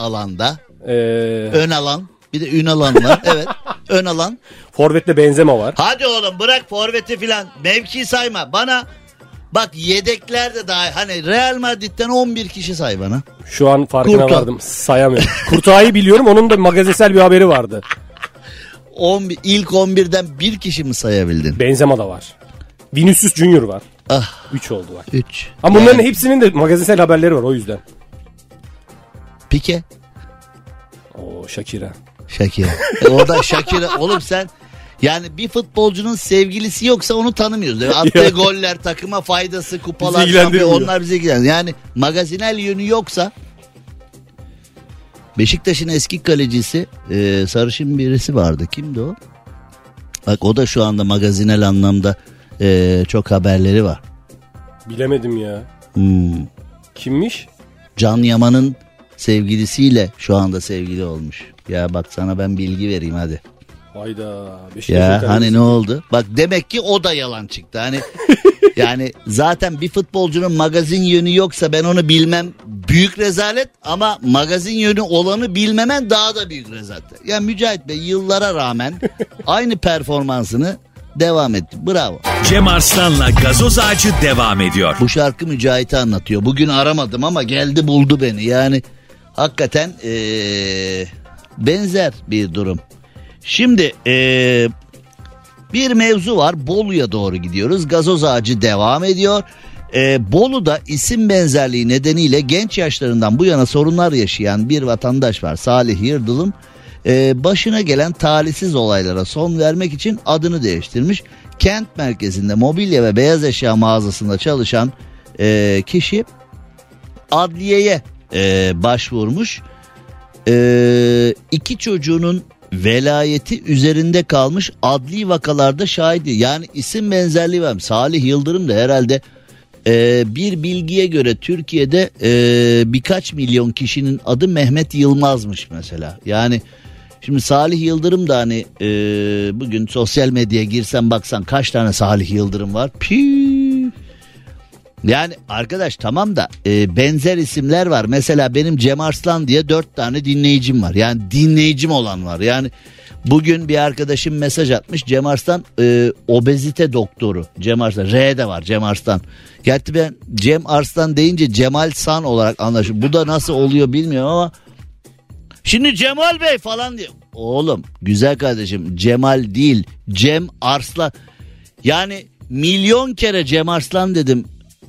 Ön alan. Bir de Ünalan var. Evet. Ön alan. Forvet'te Benzema var. Hadi oğlum bırak forveti filan. Mevki sayma. Bana bak yedekler de daha hani Real Madrid'den 11 kişi say bana. Şu an farkına vardım. Sayamıyorum. Courtois'ı biliyorum. Onun da magazinsel bir haberi vardı. İlk 11'den bir kişi mi sayabildin? Benzema da var. Vinicius Junior var. 3 oldu bak. 3. Ama bunların hepsinin de magazinsel haberleri var o yüzden. Pique. Oo Shakira. Orada Shakira. Oğlum sen yani bir futbolcunun sevgilisi yoksa onu tanımıyoruz. Yani attığı goller, takıma faydası, kupalar, şampiyon, onlar bize ilgilenmiyor. Yani magazinel yönü yoksa Beşiktaş'ın eski kalecisi sarışın birisi vardı. Kimdi o? Bak o da şu anda magazinel anlamda çok haberleri var. Bilemedim ya. Kimmiş? Can Yaman'ın sevgilisiyle şu anda sevgili olmuş. Ya bak sana ben bilgi vereyim hadi. Hayda. Ya hani ne oldu? Bak demek ki o da yalan çıktı. Hani yani zaten bir futbolcunun magazin yönü yoksa ben onu bilmem büyük rezalet, ama magazin yönü olanı bilmemen daha da büyük rezalet. Ya Mücahit Bey yıllara rağmen aynı performansını devam etti. Bravo. Cem Arslan'la Gazoz Ağacı devam ediyor. Bu şarkı Mücahit'i anlatıyor. Bugün aramadım ama geldi buldu beni. Yani hakikaten benzer bir durum. Şimdi bir mevzu var. Bolu'ya doğru gidiyoruz. Gazoz Ağacı devam ediyor. Bolu'da isim benzerliği nedeniyle genç yaşlarından bu yana sorunlar yaşayan bir vatandaş var. Salih Yıldırım. Başına gelen talihsiz olaylara son vermek için adını değiştirmiş. Kent merkezinde mobilya ve beyaz eşya mağazasında çalışan kişi adliyeye başvurmuş. 2 çocuğunun velayeti üzerinde kalmış, adli vakalarda şahidi. Yani isim benzerliği var. Salih Yıldırım da herhalde bir bilgiye göre Türkiye'de birkaç milyon kişinin adı Mehmet Yılmaz'mış mesela. Yani şimdi Salih Yıldırım da hani bugün sosyal medyaya girsen baksan kaç tane Salih Yıldırım var? Yani arkadaş tamam da benzer isimler var. Mesela benim Cem Arslan diye 4 tane dinleyicim var. Yani dinleyicim olan var. Yani bugün bir arkadaşım mesaj atmış. Cem Arslan obezite doktoru. Cem Arslan. R de var Cem Arslan. Gerçi ben Cem Arslan deyince Cemal San olarak anlaşılıyor. Bu da nasıl oluyor bilmiyorum ama şimdi Cemal Bey falan diyor. Oğlum güzel kardeşim, Cemal değil Cem Arslan. Yani milyon kere Cem Arslan dedim.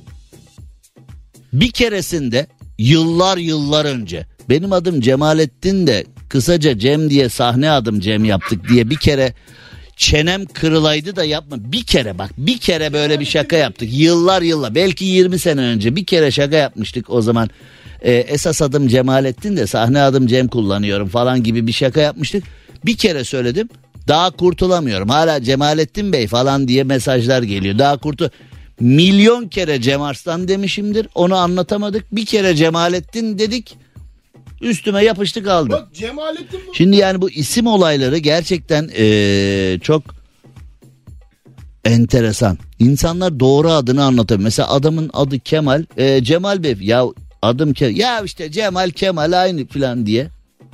Bir keresinde yıllar önce benim adım Cemalettin de kısaca Cem diye sahne adım Cem yaptık diye bir kere çenem kırılaydı da yapma. Bir kere böyle bir şaka yaptık. Yıllar belki 20 sene önce bir kere şaka yapmıştık o zaman. Esas adım Cemalettin de sahne adım Cem kullanıyorum falan gibi bir şaka yapmıştık. Bir kere söyledim, daha kurtulamıyorum. Hala Cemalettin Bey falan diye mesajlar geliyor. Milyon kere Cem Arslan demişimdir, onu anlatamadık. Bir kere Cemalettin dedik, üstüme yapıştı kaldı. Bak Cemalettin bu. Şimdi yani bu isim olayları gerçekten çok enteresan. İnsanlar doğru adını anlatamıyor. Mesela adamın adı Kemal, Cemal Bey ya adım Kemal, ya işte Cemal Kemal aynı falan diye.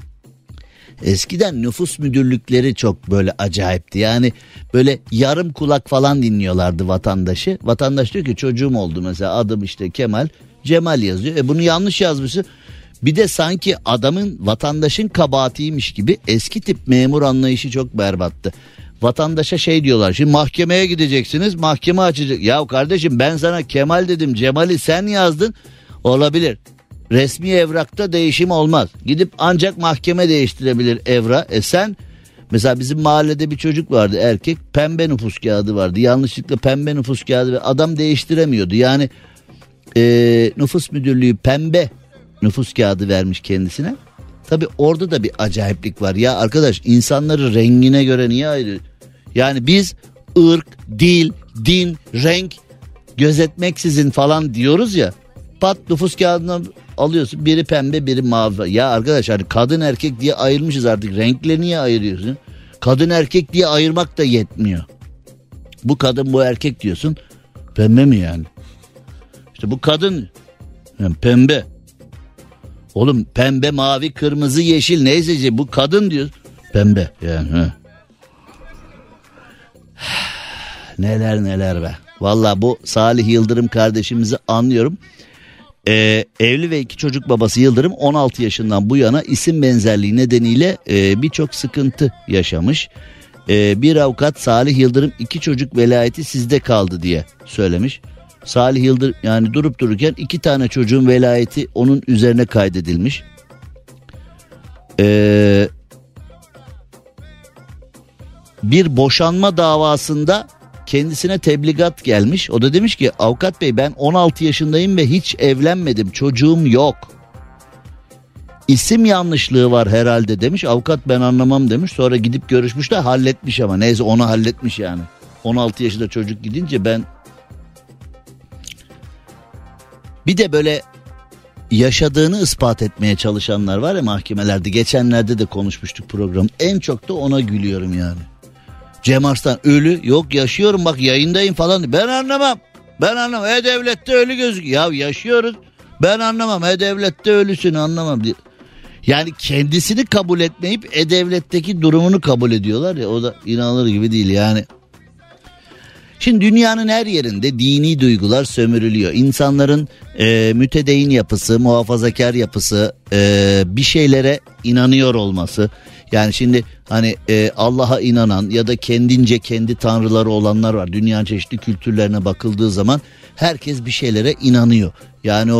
Eskiden nüfus müdürlükleri çok böyle acayipti. Yani böyle yarım kulak falan dinliyorlardı vatandaşı. Vatandaş diyor ki çocuğum oldu mesela, adım işte Kemal, Cemal yazıyor. Bunu yanlış yazmışsın. Bir de sanki adamın, vatandaşın kabahatiymiş gibi. Eski tip memur anlayışı çok berbattı. Vatandaşa şey diyorlar, şimdi mahkemeye gideceksiniz, mahkeme açacak. Ya kardeşim ben sana Kemal dedim, Cemal'i sen yazdın, olabilir. Resmi evrakta değişim olmaz. Gidip ancak mahkeme değiştirebilir evra. Sen mesela bizim mahallede bir çocuk vardı, erkek, pembe nüfus kağıdı vardı. Yanlışlıkla pembe nüfus kağıdı ve adam değiştiremiyordu. Yani nüfus müdürlüğü pembe nüfus kağıdı vermiş kendisine. Tabii orada da bir acayiplik var. Ya arkadaş, insanları rengine göre niye ayrı? Yani biz ırk, dil, din, renk gözetmeksizin falan diyoruz ya. Pat nüfus kağıdına alıyorsun, biri pembe biri mavi. Ya arkadaş hani kadın erkek diye ayırmışız artık, renkleri niye ayırıyorsun? Kadın erkek diye ayırmak da yetmiyor. Bu kadın bu erkek diyorsun, pembe mi yani? İşte bu kadın yani pembe. Oğlum pembe, mavi, kırmızı, yeşil neyse bu kadın diyor, pembe yani. Neler be. Vallahi bu Salih Yıldırım kardeşimizi anlıyorum. Evli ve 2 çocuk babası Yıldırım 16 yaşından bu yana isim benzerliği nedeniyle birçok sıkıntı yaşamış. Bir avukat Salih Yıldırım 2 çocuk velayeti sizde kaldı diye söylemiş. Salih Yıldırım yani durup dururken 2 tane çocuğun velayeti onun üzerine kaydedilmiş. Bir boşanma davasında kendisine tebligat gelmiş. O da demiş ki avukat bey ben 16 yaşındayım ve hiç evlenmedim, çocuğum yok. İsim yanlışlığı var herhalde demiş. Avukat ben anlamam demiş. Sonra gidip görüşmüş de halletmiş ama neyse onu halletmiş yani. 16 yaşında çocuk gidince ben... Bir de böyle yaşadığını ispat etmeye çalışanlar var ya mahkemelerde. Geçenlerde de konuşmuştuk program. En çok da ona gülüyorum yani. Cem Arslan ölü, yok yaşıyorum bak yayındayım falan. Ben anlamam. E-Devlet'te ölü gözüküyor. Ya yaşıyoruz. Ben anlamam. E-Devlet'te ölüsün anlamam. Yani kendisini kabul etmeyip E-Devlet'teki durumunu kabul ediyorlar ya, o da inanılır gibi değil yani. Şimdi dünyanın her yerinde dini duygular sömürülüyor. İnsanların mütedeyyin yapısı, muhafazakar yapısı, bir şeylere inanıyor olması. Yani şimdi hani Allah'a inanan ya da kendince kendi tanrıları olanlar var. Dünyanın çeşitli kültürlerine bakıldığı zaman herkes bir şeylere inanıyor. Yani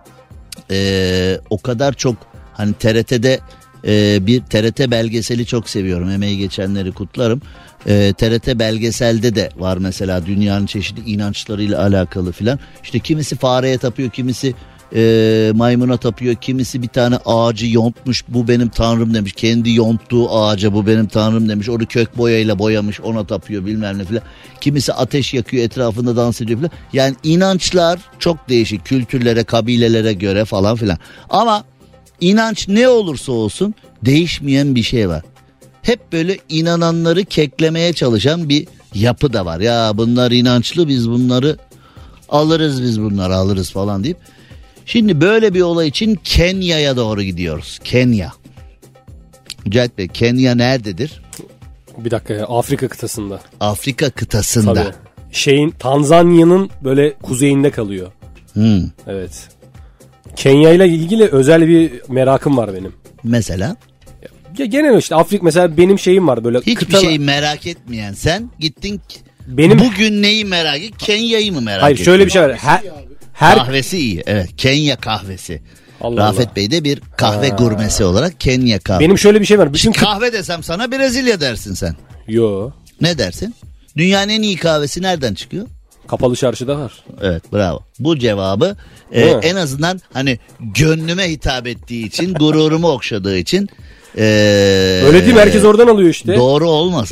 o kadar çok hani TRT'de bir TRT belgeseli çok seviyorum. Emeği geçenleri kutlarım. TRT belgeselde de var mesela dünyanın çeşitli inançlarıyla alakalı filan. İşte kimisi fareye tapıyor, kimisi maymuna tapıyor, kimisi bir tane ağacı yontmuş, bu benim tanrım demiş. Kendi yonttuğu ağaca bu benim tanrım demiş. Onu kök boyayla boyamış, ona tapıyor bilmem ne filan. Kimisi ateş yakıyor, etrafında dans ediyor filan. Yani inançlar çok değişik kültürlere, kabilelere göre falan filan. Ama inanç ne olursa olsun değişmeyen bir şey var. Hep böyle inananları keklemeye çalışan bir yapı da var. Ya bunlar inançlı, biz bunları alırız falan deyip. Şimdi böyle bir olay için Kenya'ya doğru gidiyoruz. Kenya. Mücahit Bey, Kenya nerededir? Bir dakika ya, Afrika kıtasında. Afrika kıtasında. Tabii. Tanzanya'nın böyle kuzeyinde kalıyor. Evet. Kenya ile ilgili özel bir merakım var benim. Mesela? Ya genel işte Afrika mesela benim şeyim var böyle. Hiçbir şeyi merak etmeyen sen gittin. Bugün neyi merak et? Kenya'yı mı merak ettin? Hayır şöyle bir şey var. Kahvesi iyi. Evet, Kenya kahvesi. Rafet Bey de bir kahve gurmesi olarak Kenya kahvesi. Benim şöyle bir şey var. Kahve desem sana Brezilya dersin sen. Yo. Ne dersin? Dünyanın en iyi kahvesi nereden çıkıyor? Kapalı Çarşı'da var. Evet, bravo. Bu cevabı en azından hani gönlüme hitap ettiği için, gururumu okşadığı için. Öyle değil mi? Herkes oradan alıyor işte. Doğru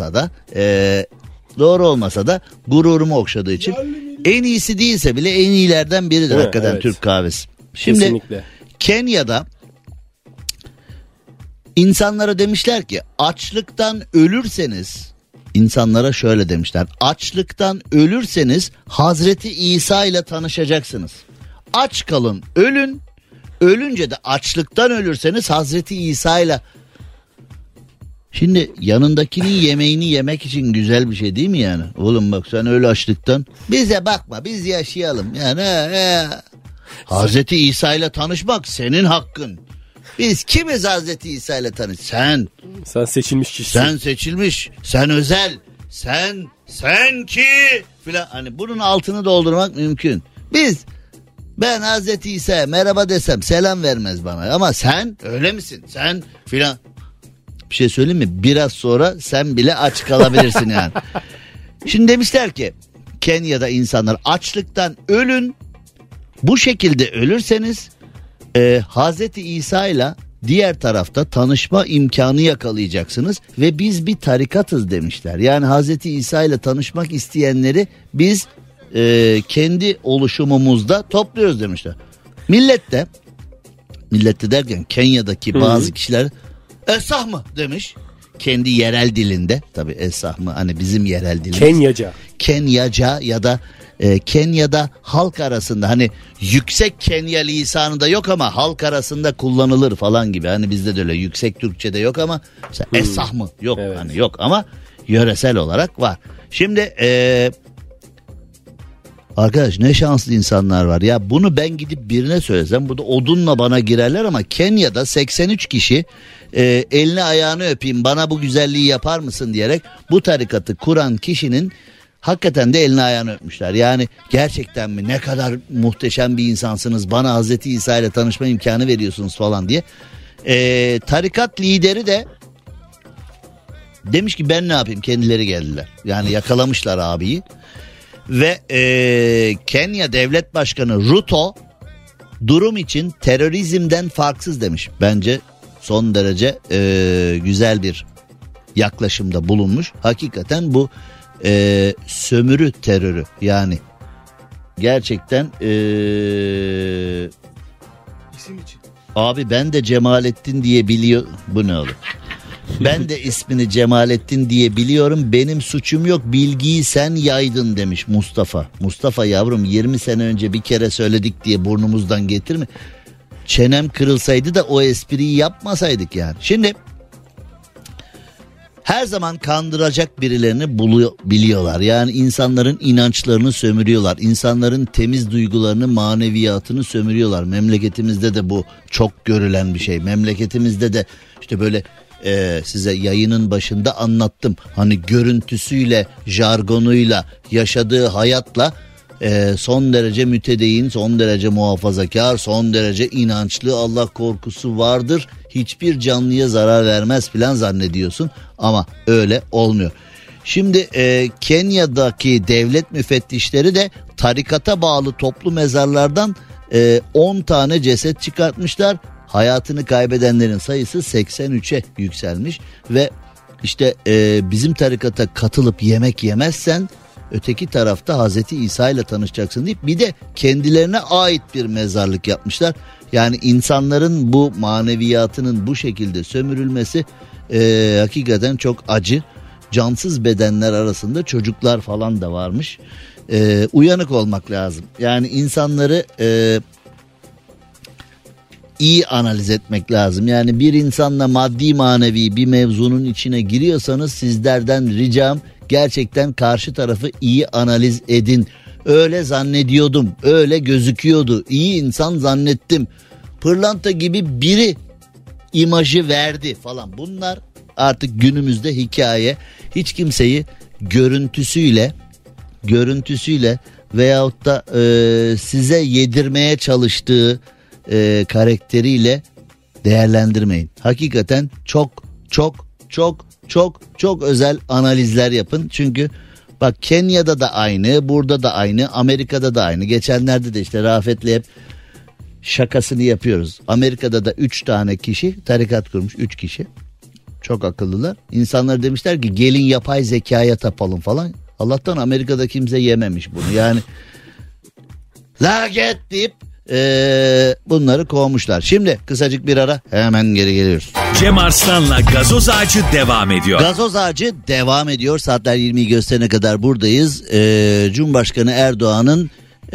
olmasa da gururumu okşadığı için. En iyisi değilse bile en iyilerden biridir hakikaten, evet. Türk kahvesi. Şimdi kesinlikle. Kenya'da insanlara demişler ki açlıktan ölürseniz, insanlara şöyle demişler: açlıktan ölürseniz Hazreti İsa ile tanışacaksınız. Aç kalın, ölün. Ölünce de açlıktan ölürseniz Hazreti İsa ile. Şimdi yanındakinin yemeğini yemek için güzel bir şey değil mi yani? Oğlum bak sen öyle açlıktan. Bize bakma, biz yaşayalım. Yani Hazreti İsa ile tanışmak senin hakkın. Biz kimiz Hazreti İsa ile tanış? Sen seçilmiş kişisin. Sen seçilmiş. Sen özel. Sen ki filan. Hani bunun altını doldurmak mümkün. Ben Hazreti İsa'ya merhaba desem selam vermez bana. Ama sen öyle misin? Sen filan. Bir şey söyleyeyim mi? Biraz sonra sen bile aç kalabilirsin yani. Şimdi demişler ki Kenya'da insanlar açlıktan ölün. Bu şekilde ölürseniz Hazreti İsa ile diğer tarafta tanışma imkanı yakalayacaksınız. Ve biz bir tarikatız demişler. Yani Hazreti İsa ile tanışmak isteyenleri biz kendi oluşumumuzda topluyoruz demişler. Millette derken Kenya'daki bazı kişiler Esah mı demiş. Kendi yerel dilinde. Tabii esah mı hani bizim yerel dilimiz. Kenyaca ya da Kenya'da halk arasında hani yüksek Kenya lisanında yok ama halk arasında kullanılır falan gibi. Hani bizde de öyle yüksek Türkçe'de yok ama esah mı yok, evet. Hani yok ama yöresel olarak var. Şimdi arkadaş ne şanslı insanlar var ya, bunu ben gidip birine söylesem burada odunla bana girerler ama Kenya'da 83 kişi elini ayağını öpeyim bana bu güzelliği yapar mısın diyerek bu tarikatı kuran kişinin hakikaten de elini ayağını öpmüşler. Yani gerçekten mi, ne kadar muhteşem bir insansınız, bana Hazreti İsa ile tanışma imkanı veriyorsunuz falan diye. Tarikat lideri de demiş ki ben ne yapayım, kendileri geldiler. Yani yakalamışlar abiyi. Ve Kenya Devlet Başkanı Ruto durum için terörizmden farksız demiş. Bence son derece güzel bir yaklaşımda bulunmuş. Hakikaten bu sömürü terörü, yani gerçekten isim için. Abi ben de Cemalettin diye biliyor. Bu ne oğlum? Ben de ismini Cemalettin diye biliyorum. Benim suçum yok. Bilgiyi sen yaydın demiş Mustafa. Mustafa yavrum 20 sene önce bir kere söyledik diye burnumuzdan getirme. Çenem kırılsaydı da o espriyi yapmasaydık yani. Şimdi her zaman kandıracak birilerini biliyorlar. Yani insanların inançlarını sömürüyorlar. İnsanların temiz duygularını, maneviyatını sömürüyorlar. Memleketimizde de bu çok görülen bir şey. Memleketimizde de işte böyle size yayının başında anlattım. Hani görüntüsüyle, jargonuyla, yaşadığı hayatla son derece mütedeyyin, son derece muhafazakar, son derece inançlı, Allah korkusu vardır. Hiçbir canlıya zarar vermez falan zannediyorsun ama öyle olmuyor. Şimdi Kenya'daki devlet müfettişleri de tarikata bağlı toplu mezarlardan 10 tane ceset çıkartmışlar. Hayatını kaybedenlerin sayısı 83'e yükselmiş ve işte bizim tarikata katılıp yemek yemezsen öteki tarafta Hazreti İsa ile tanışacaksın deyip bir de kendilerine ait bir mezarlık yapmışlar. Yani insanların bu maneviyatının bu şekilde sömürülmesi hakikaten çok acı. Cansız bedenler arasında çocuklar falan da varmış. Uyanık olmak lazım. Yani insanları iyi analiz etmek lazım. Yani bir insanla maddi manevi bir mevzunun içine giriyorsanız sizlerden ricam gerçekten karşı tarafı iyi analiz edin. Öyle zannediyordum, öyle gözüküyordu, iyi insan zannettim, pırlanta gibi biri imajı verdi falan. Bunlar artık günümüzde hikaye. Hiç kimseyi görüntüsüyle veyahut da size yedirmeye çalıştığı karakteriyle değerlendirmeyin. Hakikaten çok özel analizler yapın. Çünkü bak Kenya'da da aynı, burada da aynı, Amerika'da da aynı. Geçenlerde de işte Rafet'le hep şakasını yapıyoruz. Amerika'da da 3 tane kişi tarikat kurmuş, 3 kişi. Çok akıllılar. İnsanlar demişler ki gelin yapay zekaya tapalım falan. Allah'tan Amerika'da kimse yememiş bunu. Yani la get deyip bunları kovmuşlar. Şimdi kısacık bir ara, hemen geri geliyoruz. Cem Arslan'la Gazoz Ağacı devam ediyor. Gazoz Ağacı devam ediyor. Saatler 20'yi gösterene kadar buradayız. Cumhurbaşkanı Erdoğan'ın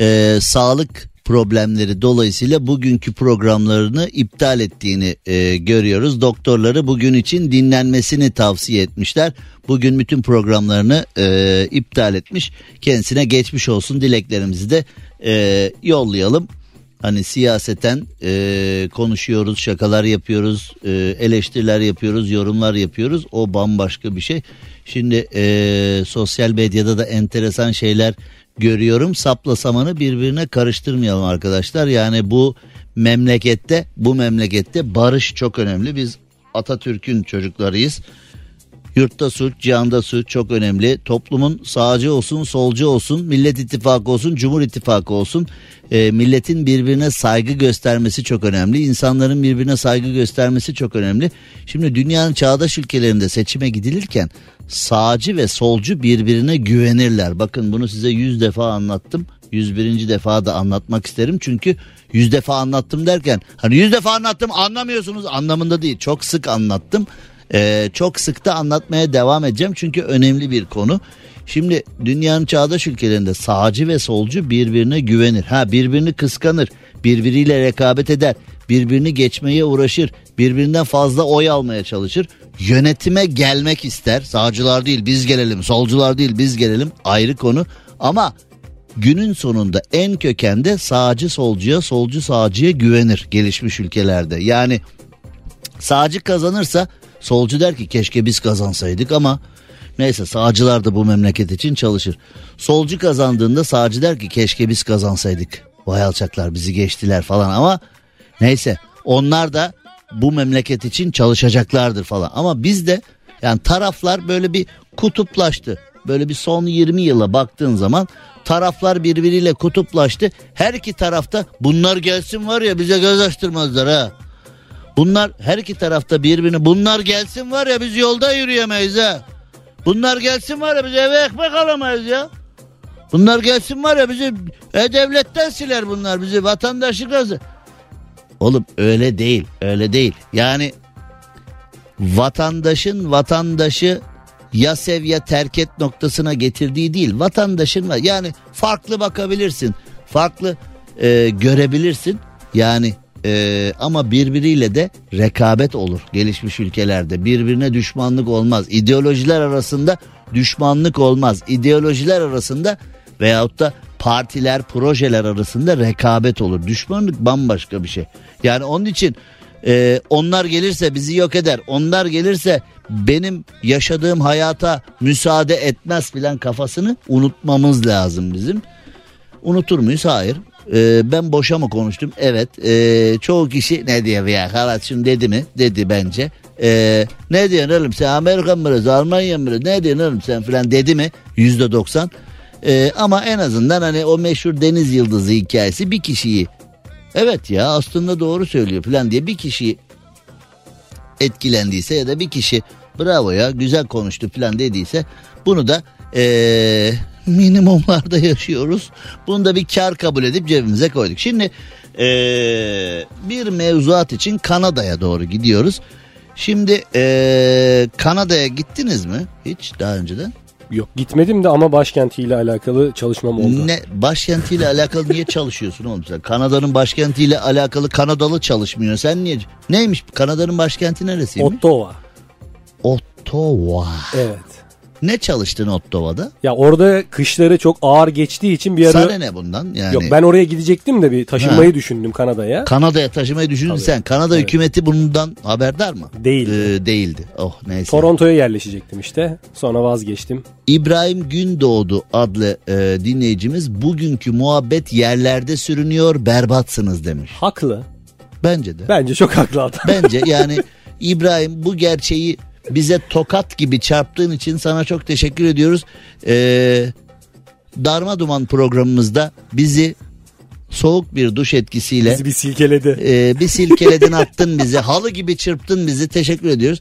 sağlık problemleri dolayısıyla bugünkü programlarını iptal ettiğini görüyoruz. Doktorları bugün için dinlenmesini tavsiye etmişler. Bugün bütün programlarını iptal etmiş. Kendisine geçmiş olsun dileklerimizi de yollayalım. Hani siyaseten konuşuyoruz, şakalar yapıyoruz, eleştiriler yapıyoruz, yorumlar yapıyoruz. O bambaşka bir şey. Şimdi sosyal medyada da enteresan şeyler görüyorum. Sapla samanı birbirine karıştırmayalım arkadaşlar. Yani bu memlekette barış çok önemli. Biz Atatürk'ün çocuklarıyız. Yurtta sulh, cihanda sulh çok önemli. Toplumun sağcı olsun, solcu olsun, Millet İttifakı olsun, Cumhur İttifakı olsun. Milletin birbirine saygı göstermesi çok önemli. İnsanların birbirine saygı göstermesi çok önemli. Şimdi dünyanın çağdaş ülkelerinde seçime gidilirken sağcı ve solcu birbirine güvenirler. Bakın bunu size 100 defa anlattım. 101. defa da anlatmak isterim. Çünkü 100 defa anlattım derken hani 100 defa anlattım anlamıyorsunuz anlamında değil. Çok sık anlattım. Çok sık da anlatmaya devam edeceğim çünkü önemli bir konu. Şimdi dünyanın çağdaş ülkelerinde sağcı ve solcu birbirine güvenir. Birbirini kıskanır, birbiriyle rekabet eder, birbirini geçmeye uğraşır, birbirinden fazla oy almaya çalışır. Yönetime gelmek ister. Sağcılar değil biz gelelim, solcular değil biz gelelim, ayrı konu. Ama günün sonunda en kökende sağcı solcuya, solcu sağcıya güvenir gelişmiş ülkelerde. Yani sağcı kazanırsa solcu der ki keşke biz kazansaydık ama neyse sağcılar da bu memleket için çalışır. Solcu kazandığında sağcı der ki keşke biz kazansaydık. Vay alçaklar bizi geçtiler falan ama neyse onlar da bu memleket için çalışacaklardır falan. Ama bizde yani taraflar böyle bir kutuplaştı. Böyle bir son 20 yıla baktığın zaman taraflar birbiriyle kutuplaştı. Her iki tarafta bunlar gelsin var ya bize göz açtırmazlar ha. Bunlar her iki tarafta birbirini bunlar gelsin var ya biz yolda yürüyemeyiz ha. Bunlar gelsin var ya biz eve ekmek alamayız ya. Bunlar gelsin var ya bizi devletten siler bunlar bizi vatandaşlıklar. Oğlum öyle değil, öyle değil. Yani vatandaşın vatandaşı ya sev ya terk et noktasına getirdiği değil. Vatandaşın var. Yani farklı bakabilirsin, farklı görebilirsin. Yani ama birbiriyle de rekabet olur gelişmiş ülkelerde. Birbirine düşmanlık olmaz. İdeolojiler arasında düşmanlık olmaz. İdeolojiler arasında veyahut da partiler, projeler arasında rekabet olur. Düşmanlık bambaşka bir şey. Yani onun için onlar gelirse bizi yok eder. Onlar gelirse benim yaşadığım hayata müsaade etmez filan kafasını unutmamız lazım bizim. Unutur muyuz? Hayır. Ben boşa mı konuştum? Evet. Çoğu kişi ne diyor ya? Halatçım dedi mi? Dedi bence. Ne diyorsun oğlum sen Amerika mı? Almanya mı? Ne diyorsun oğlum sen filan dedi mi? %90. Ama en azından hani o meşhur Deniz Yıldızı hikayesi bir kişiyi evet ya aslında doğru söylüyor falan diye bir kişi etkilendiyse ya da bir kişi bravo ya güzel konuştu falan dediyse bunu da minimumlarda yaşıyoruz. Bunu da bir kar kabul edip cebimize koyduk. Şimdi bir mevzuat için Kanada'ya doğru gidiyoruz. Şimdi Kanada'ya gittiniz mi hiç daha önceden? Yok gitmedim de ama başkentiyle alakalı çalışmam oldu. Ne başkentiyle alakalı niye çalışıyorsun oğlum sen? Kanada'nın başkentiyle alakalı Kanadalı çalışmıyor. Sen niye? Neymiş Kanada'nın başkenti neresiymiş? Ottawa. Ottawa. Evet. Ne çalıştın Ottawa'da? Ya orada kışları çok ağır geçtiği için bir ara... Sana ne bundan? Yani... Yok ben oraya gidecektim de bir taşınmayı düşündüm Kanada'ya. Kanada'ya taşımayı düşündün sen. Kanada hükümeti bundan haberdar mı? Değildi. Değildi. Oh neyse. Toronto'ya yerleşecektim işte. Sonra vazgeçtim. İbrahim Gündoğdu adlı dinleyicimiz bugünkü muhabbet yerlerde sürünüyor berbatsınız demiş. Haklı. Bence de. Bence çok haklı adam. Bence yani İbrahim bu gerçeği bize tokat gibi çarptığın için sana çok teşekkür ediyoruz. Darma Duman programımızda bizi soğuk bir duş etkisiyle bizi bir silkeledi. Bir silkeledin attın bizi. Halı gibi çırptın bizi. Teşekkür ediyoruz.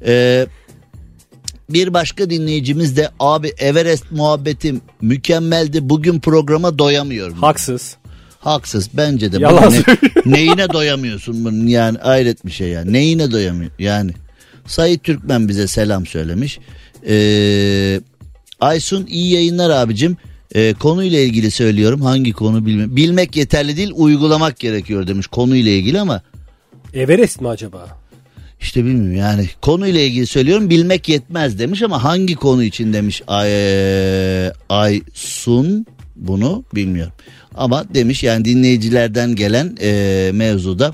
Bir başka dinleyicimiz de abi Everest muhabbetim mükemmeldi. Bugün programa doyamıyorum. Haksız. Haksız bence de. Yalan neyine doyamıyorsun bunun yani hayret bir şey yani. Neyine doyamıyor yani. Sait Türkmen bize selam söylemiş. Aysun iyi yayınlar abicim. Konuyla ilgili söylüyorum. Hangi konu bilmiyorum. Bilmek yeterli değil uygulamak gerekiyor demiş konuyla ilgili ama. Everest mi acaba? İşte bilmiyorum yani konuyla ilgili söylüyorum bilmek yetmez demiş ama hangi konu için demiş Aysun bunu bilmiyorum. Ama demiş yani dinleyicilerden gelen mevzuda.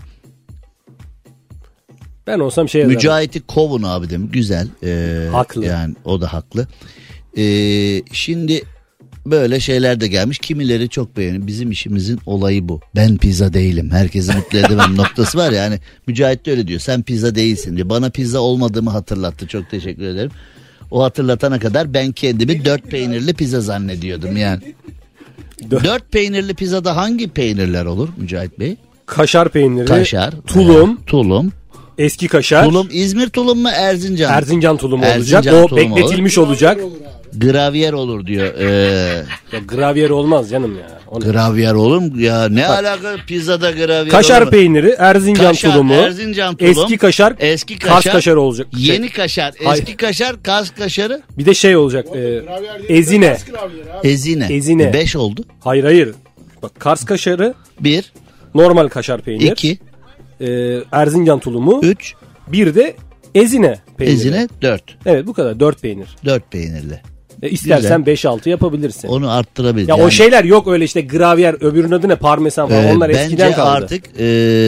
Ben olsam Mücahit'i kovun abi demiş. Güzel. Haklı. Yani o da haklı. Şimdi böyle şeyler de gelmiş. Kimileri çok beğeniyor. Bizim işimizin olayı bu. Ben pizza değilim. Herkesi mutlu edemem noktası var. Yani Mücahit de öyle diyor. Sen pizza değilsin diyor. Bana pizza olmadığımı hatırlattı. Çok teşekkür ederim. O hatırlatana kadar ben kendimi 4 peynirli pizza zannediyordum yani. 4 peynirli pizzada hangi peynirler olur Mücahit Bey? Kaşar peyniri. Kaşar. Tulum. Eski kaşar. Tulum İzmir tulum mu Erzincan? Erzincan tulumu Erzincan olacak. O tulumu bekletilmiş olacak. Gravyer olur diyor. Ya gravyer olmaz canım ya. Gravyer olur mu? Ya ne alaka pizzada gravyer kaşar olur? peyniri, Erzincan tulumu. Erzincan tulum. Eski kaşar. Kars kaşarı olacak. Yeni kaşar. Eski kaşar, Kars kaşarı. Bir de şey olacak. Ezine. Ezine. 5 oldu. Hayır. Bak Kars kaşarı. 1. Normal kaşar peynir. 2. Erzincan tulumu. 3. Bir de ezine peyniri. Ezine 4. Evet bu kadar 4 peynir. 4 peynirli. İstersen 5-6 yapabilirsin. Onu arttırabilir. Ya yani, o şeyler yok öyle işte gravyer öbürünün adı ne parmesan falan onlar eskiden kaldı. Bence artık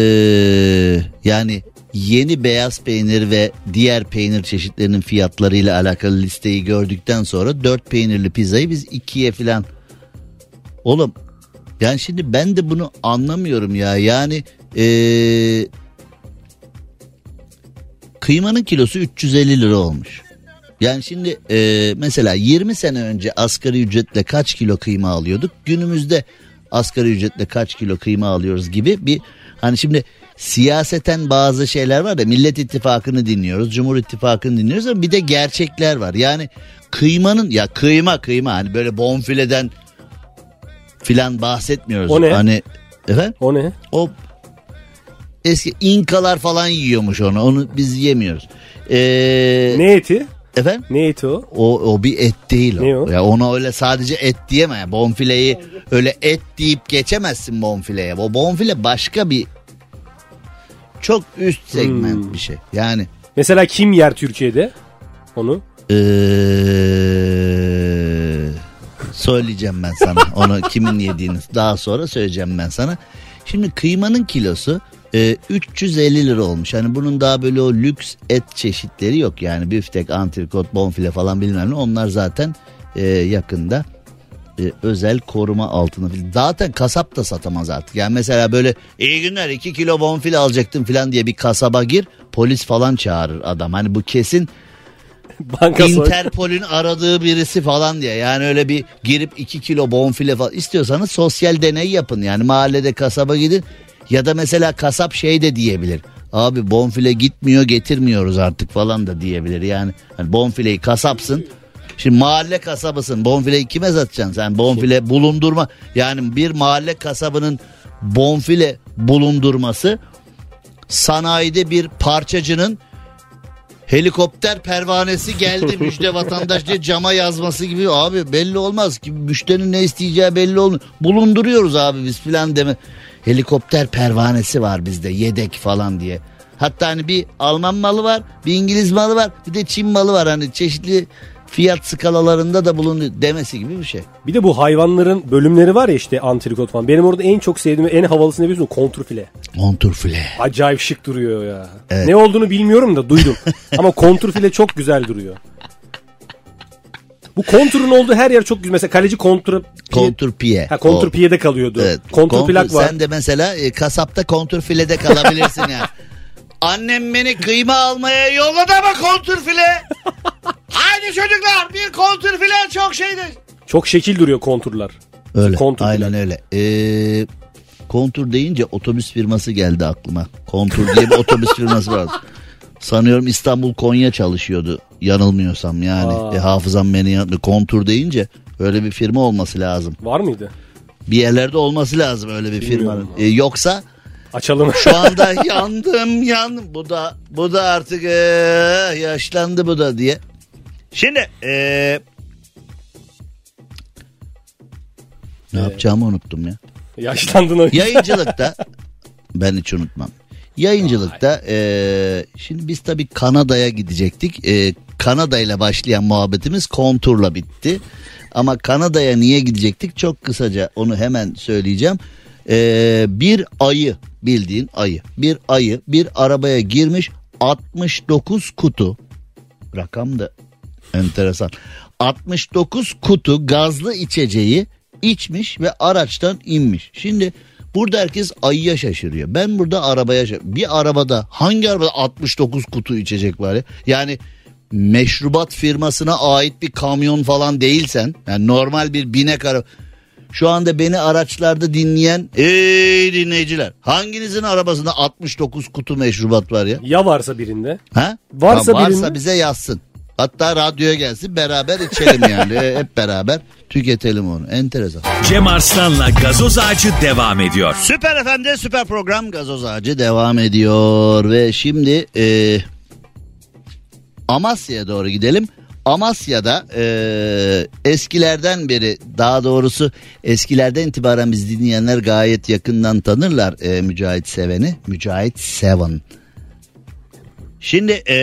yani yeni beyaz peynir ve diğer peynir çeşitlerinin fiyatlarıyla alakalı listeyi gördükten sonra 4 peynirli pizzayı biz 2'ye falan. Oğlum yani şimdi ben de bunu anlamıyorum ya yani kıymanın kilosu 350 lira olmuş. Yani şimdi mesela 20 sene önce asgari ücretle kaç kilo kıyma alıyorduk? Günümüzde asgari ücretle kaç kilo kıyma alıyoruz gibi bir hani şimdi siyaseten bazı şeyler var da Millet İttifakı'nı dinliyoruz, Cumhur İttifakı'nı dinliyoruz ama bir de gerçekler var. Yani kıymanın ya kıyma hani böyle bonfileden filan bahsetmiyoruz. O ne? Hani efendim? O ne? O Eski İnkalar falan yiyormuş onu. Onu biz yemiyoruz. Ne eti? Efendim? Ne eti o? O bir et değil o. Ne o? Ya ona öyle sadece et diyeme. Yani bonfileyi öyle et deyip geçemezsin bonfileye. O bonfile başka bir çok üst segment bir şey. Yani mesela kim yer Türkiye'de onu? Söyleyeceğim ben sana. Onu kimin yediğini daha sonra söyleyeceğim ben sana. Şimdi kıymanın kilosu 350 lira olmuş. Hani bunun daha böyle o lüks et çeşitleri yok. Yani büftek, antrikot, bonfile falan bilmem ne. Onlar zaten yakında özel koruma altına. Zaten kasap da satamaz artık. Yani mesela böyle iyi günler 2 kilo bonfile alacaktım falan diye bir kasaba gir. Polis falan çağırır adam. Hani bu kesin Interpol'ün aradığı birisi falan diye. Yani öyle bir girip 2 kilo bonfile falan istiyorsanız sosyal deney yapın. Yani mahallede kasaba gidin. Ya da mesela kasap şey de diyebilir. Abi bonfile gitmiyor, getirmiyoruz artık falan da diyebilir. Yani hani bonfileyi kasapsın. Şimdi mahalle kasabısın. Bonfileyi kime satacaksın sen? Bonfile bulundurma. Yani bir mahalle kasabının bonfile bulundurması sanayide bir parçacının helikopter pervanesi geldi müjde vatandaş diye cama yazması gibi. Abi belli olmaz ki, müşterinin ne isteyeceği belli olmuyor. Bulunduruyoruz abi biz filan deme. Helikopter pervanesi var bizde yedek falan diye. Hatta hani bir Alman malı var, bir İngiliz malı var, bir de Çin malı var. Hani çeşitli fiyat skalalarında da bulunuyor demesi gibi bir şey. Bir de bu hayvanların bölümleri var ya, işte antrikot falan. Benim orada en çok sevdiğim, en havalısını biliyorsun, kontrfile. Kontrfile. Acayip şık duruyor ya. Evet. Ne olduğunu bilmiyorum da duydum. Ama kontrfile çok güzel duruyor. Bu konturun olduğu her yer çok güzel. Mesela kaleci kontrpiye. Ha, kontrpiyede kalıyordu. Evet. Kontrplak var. Sen de mesela kasapta kontrfilede kalabilirsin yani. Annem beni kıyma almaya yolladı ama kontrfile. Haydi çocuklar, bir kontrfile çok şeydir. Çok şekil duruyor konturlar. Öyle. Aynen öyle. Kontur deyince otobüs firması geldi aklıma. Kontur diye bir otobüs firması var. Sanıyorum İstanbul Konya çalışıyordu. Yanılmıyorsam yani. Hafızam beni yanıltmıyor. Kontur deyince öyle bir firma olması lazım. Var mıydı? Bir yerlerde olması lazım öyle bir firmanın. Yoksa açalım. Şu anda yandım. Bu da artık yaşlandı bu da diye. Şimdi ne yapacağımı unuttum ya. Yaşlandın o. Yayıncılıkta ben hiç unutmam. Yayıncılıkta şimdi biz tabii Kanada'ya gidecektik. Kanada ile başlayan muhabbetimiz konturla bitti. Ama Kanada'ya niye gidecektik? Çok kısaca onu hemen söyleyeceğim. Bir ayı, bildiğin ayı. Bir ayı bir arabaya girmiş, 69 kutu. Rakam da enteresan. 69 kutu gazlı içeceği içmiş ve araçtan inmiş. Şimdi burada herkes ayıya şaşırıyor. Ben burada arabaya bir arabada, hangi arabada 69 kutu içecek var ya? Yani meşrubat firmasına ait bir kamyon falan değilsen, yani normal bir binek araba. Şu anda beni araçlarda dinleyen dinleyiciler, hanginizin arabasında 69 kutu meşrubat var ya? Ya varsa birinde. Ha? Varsa birinde bize yazsın. Hatta radyoya gelsin, beraber içelim yani. Hep beraber tüketelim onu. Enteresan. Cem Arslan'la Gazoz Ağacı devam ediyor. Süper FM'de süper program Gazoz Ağacı devam ediyor. Ve şimdi Amasya'ya doğru gidelim. Amasya'da eskilerden beri, daha doğrusu eskilerden itibaren biz dinleyenler gayet yakından tanırlar Mücahit Seven'i. Mücahit Seven. Şimdi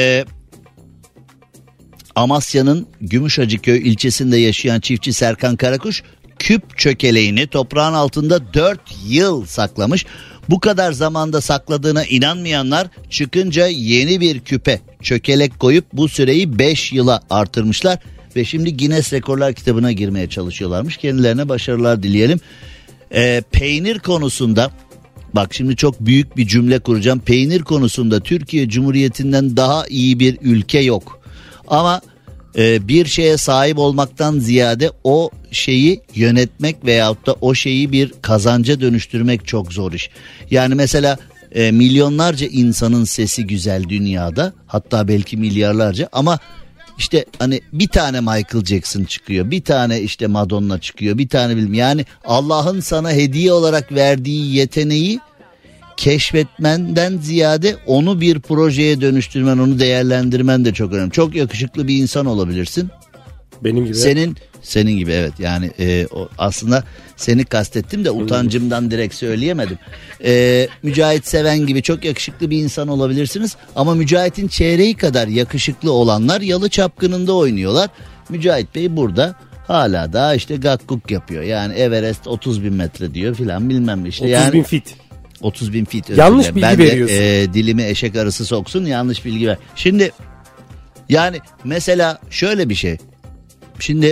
Amasya'nın Gümüşhacıköy ilçesinde yaşayan çiftçi Serkan Karakuş küp çökeleğini toprağın altında 4 yıl saklamış. Bu kadar zamanda sakladığına inanmayanlar çıkınca yeni bir küpe çökelek koyup bu süreyi 5 yıla artırmışlar. Ve şimdi Guinness Rekorlar kitabına girmeye çalışıyorlarmış. Kendilerine başarılar dileyelim. Peynir konusunda, bak şimdi çok büyük bir cümle kuracağım. Peynir konusunda Türkiye Cumhuriyeti'nden daha iyi bir ülke yok. Ama bir şeye sahip olmaktan ziyade o şeyi yönetmek veyahut da o şeyi bir kazanca dönüştürmek çok zor iş. Yani mesela milyonlarca insanın sesi güzel dünyada, hatta belki milyarlarca, ama işte hani bir tane Michael Jackson çıkıyor, bir tane işte Madonna çıkıyor, bir tane bilmem, yani Allah'ın sana hediye olarak verdiği yeteneği keşfetmenden ziyade onu bir projeye dönüştürmen, onu değerlendirmen de çok önemli. Çok yakışıklı bir insan olabilirsin. Benim gibi. Senin gibi evet, yani aslında seni kastettim de utancımdan direkt söyleyemedim. Mücahit Seven gibi çok yakışıklı bir insan olabilirsiniz ama Mücahit'in çeyreği kadar yakışıklı olanlar Yalı Çapkını'nda oynuyorlar. Mücahit Bey burada hala daha işte gakkuk yapıyor. Yani Everest 30.000 metre diyor filan bilmem işte. 30.000 fit. 30.000 fit. Yanlış bilgi ben veriyorsun. De, dilimi eşek arısı soksun, yanlış bilgi ver. Şimdi yani mesela şöyle bir şey. Şimdi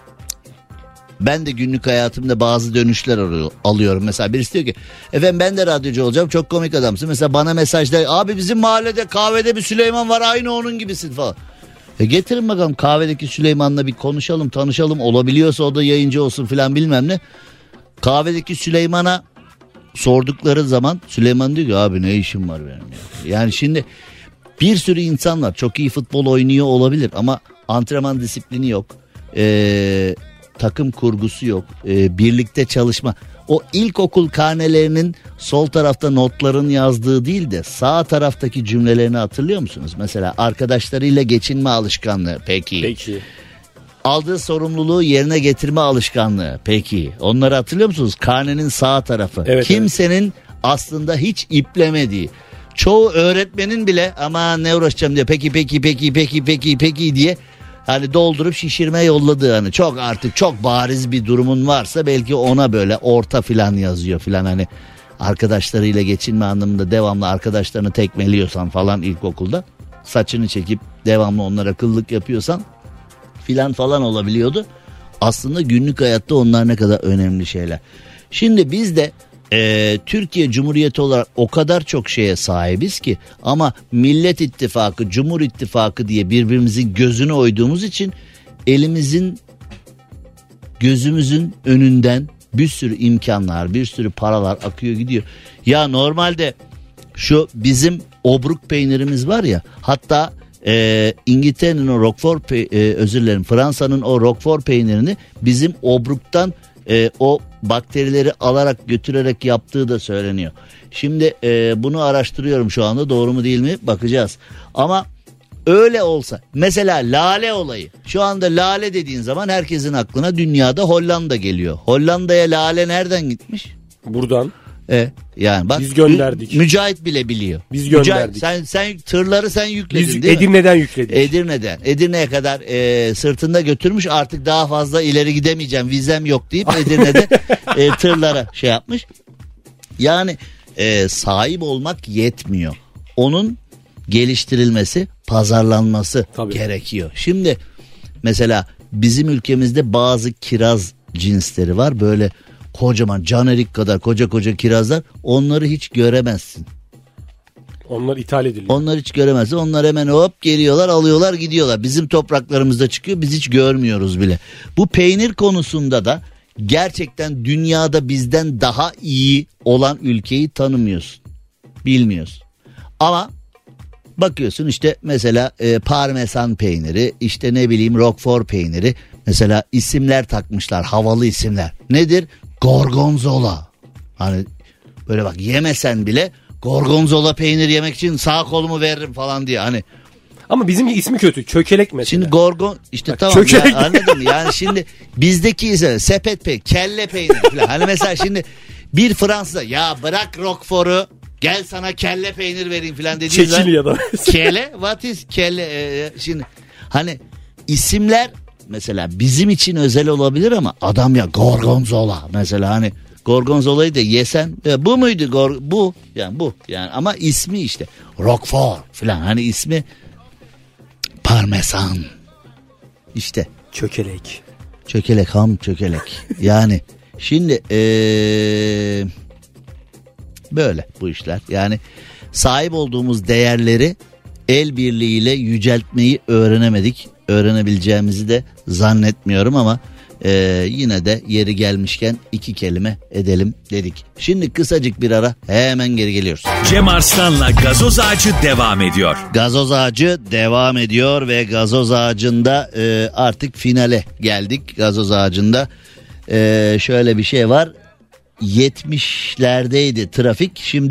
ben de günlük hayatımda bazı dönüşler alıyorum. Mesela birisi diyor ki efendim ben de radyocu olacağım, çok komik adamsın. Mesela bana mesajlar, abi bizim mahallede kahvede bir Süleyman var, aynı onun gibisin falan. Getirin bakalım kahvedeki Süleyman'la bir konuşalım, tanışalım, olabiliyorsa o da yayıncı olsun filan bilmem ne. Kahvedeki Süleyman'a sordukları zaman Süleyman diyor ki abi ne işim var benim ya. Yani şimdi bir sürü insan var, çok iyi futbol oynuyor olabilir ama antrenman disiplini yok. Takım kurgusu yok. Birlikte çalışma. O ilkokul karnelerinin sol tarafta notların yazdığı değil de sağ taraftaki cümlelerini hatırlıyor musunuz? Mesela arkadaşlarıyla geçinme alışkanlığı. Peki. Aldığı sorumluluğu yerine getirme alışkanlığı. Peki. Onları hatırlıyor musunuz? Karnenin sağ tarafı. Evet, kimsenin aslında hiç iplemediği. Çoğu öğretmenin bile ama ne uğraşacağım diye peki diye hani doldurup şişirme yolladığı, hani çok artık çok bariz bir durumun varsa belki ona böyle orta filan yazıyor filan, hani arkadaşlarıyla geçinme anlamında devamlı arkadaşlarını tekmeliyorsan falan ilkokulda, saçını çekip devamlı onlara kıllık yapıyorsan filan falan olabiliyordu. Aslında günlük hayatta onlar ne kadar önemli şeyler. Şimdi biz de Türkiye Cumhuriyeti olarak o kadar çok şeye sahibiz ki ama Millet İttifakı, Cumhur İttifakı diye birbirimizin gözüne oyduğumuz için elimizin, gözümüzün önünden bir sürü imkanlar, bir sürü paralar akıyor gidiyor. Ya normalde şu bizim obruk peynirimiz var ya, hatta İngiltere'nin o Roquefort Fransa'nın o Roquefort peynirini bizim obruktan o bakterileri alarak götürerek yaptığı da söyleniyor. Şimdi bunu araştırıyorum şu anda, doğru mu değil mi bakacağız. Ama öyle olsa mesela lale olayı, şu anda lale dediğin zaman herkesin aklına dünyada Hollanda geliyor. Hollanda'ya lale nereden gitmiş? Buradan. Yani bak biz gönderdik. Mücahit bile biliyor. Biz gönderdik. Sen tırları sen yükledin biz değil Edirne'den mi? Yükledik. Edirne'ye kadar sırtında götürmüş, artık daha fazla ileri gidemeyeceğim, vizem yok deyip Edirne'de tırlara şey yapmış. Yani sahip olmak yetmiyor. Onun geliştirilmesi, pazarlanması gerekiyor. Şimdi mesela bizim ülkemizde bazı kiraz cinsleri var, böyle kocaman canerik kadar koca kirazlar, onları hiç göremezsin. Onlar ithal ediliyor. Onlar hiç göremezsin. Onlar hemen hop geliyorlar, alıyorlar, gidiyorlar. Bizim topraklarımızda çıkıyor, biz hiç görmüyoruz bile. Bu peynir konusunda da gerçekten dünyada bizden daha iyi olan ülkeyi tanımıyorsun. Bilmiyorsun. Ama bakıyorsun işte mesela parmesan peyniri, işte ne bileyim Roquefort peyniri. Mesela isimler takmışlar, havalı isimler. Nedir? Gorgonzola. Hani böyle bak, yemesen bile gorgonzola peynir yemek için sağ kolumu veririm falan diye hani. Ama bizimki ismi kötü. Çökelek mesela. Şimdi işte bak, tamam ya, anladın mı? Yani şimdi bizdeki ise sepet peynir, kelle peynir falan. Hani mesela şimdi bir Fransız'a ya bırak Roquefort'u, gel sana kelle peynir vereyim falan dediği zaman. Çekil ya da. Kelle, what is kelle? Şimdi hani isimler mesela bizim için özel olabilir ama adam ya gorgonzola mesela, hani gorgonzola'yı da yesen bu muydu bu yani bu yani, ama ismi işte Roquefort falan, hani ismi parmesan işte çökelek ham çökelek yani şimdi böyle bu işler. Yani sahip olduğumuz değerleri el birliğiyle yüceltmeyi öğrenemedik, öğrenebileceğimizi de zannetmiyorum ama yine de yeri gelmişken iki kelime edelim dedik. Şimdi kısacık bir ara, hemen geri geliyoruz. Cem Arslan'la Gazoz Ağacı devam ediyor. Gazoz Ağacı devam ediyor ve Gazoz Ağacı'nda artık finale geldik. Gazoz Ağacı'nda şöyle bir şey var. 70'lerdeydi trafik, şimdi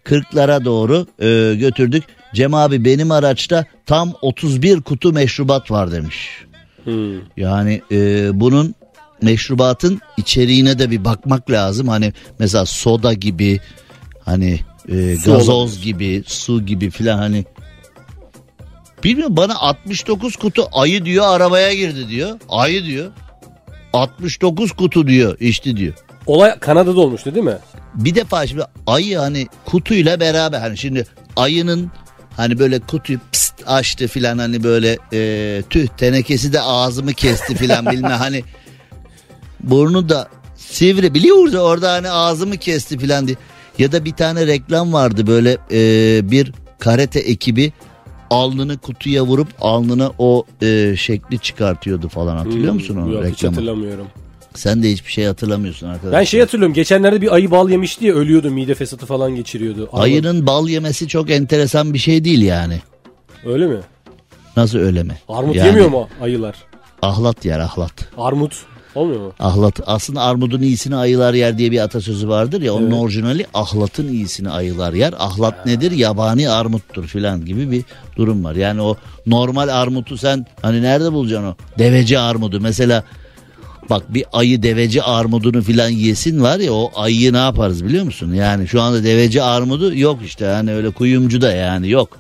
40'lara doğru götürdük. Cem abi benim araçta tam 31 kutu meşrubat var demiş. Yani bunun meşrubatın içeriğine de bir bakmak lazım. Hani mesela soda gibi, hani gazoz gibi, su gibi filan, hani bilmiyorum, bana 69 kutu ayı diyor arabaya girdi diyor. Ayı diyor. 69 kutu diyor içti diyor. Olay Kanada'da olmuştu değil mi? Bir defa şimdi ayı hani kutuyla beraber, hani şimdi ayının hani böyle kutuyu pst açtı filan, hani böyle tüh tenekesi de ağzımı kesti filan bilmem, hani burnu da sivri biliyoruz orada, hani ağzımı kesti filan diye. Ya da bir tane reklam vardı böyle, bir karate ekibi alnını kutuya vurup alnına o şekli çıkartıyordu falan, hatırlıyor musun onu? Yok, reklamı? hiç hatırlamıyorum. Sen de hiçbir şey hatırlamıyorsun arkadaşlar. Ben şey hatırlıyorum, geçenlerde bir ayı bal yemişti ya, ölüyordu, mide fesatı falan geçiriyordu. Ayının bal yemesi çok enteresan bir şey değil yani. Öyle mi? Nasıl öyle mi? Armut yani, yemiyor mu ayılar? Ahlat yer, ahlat. Armut olmuyor mu? Ahlat. Aslında armudun iyisini ayılar yer diye bir atasözü vardır ya. Onun orijinali ahlatın iyisini ayılar yer. Ahlat nedir? Yabani armuttur filan gibi bir durum var. Yani o normal armutu sen hani nerede bulacaksın o? Deveci armudu mesela. Bak bir ayı deveci armudunu filan yesin var ya, o ayıyı ne yaparız biliyor musun? Yani şu anda deveci armudu yok işte, hani öyle kuyumcu da yani yok.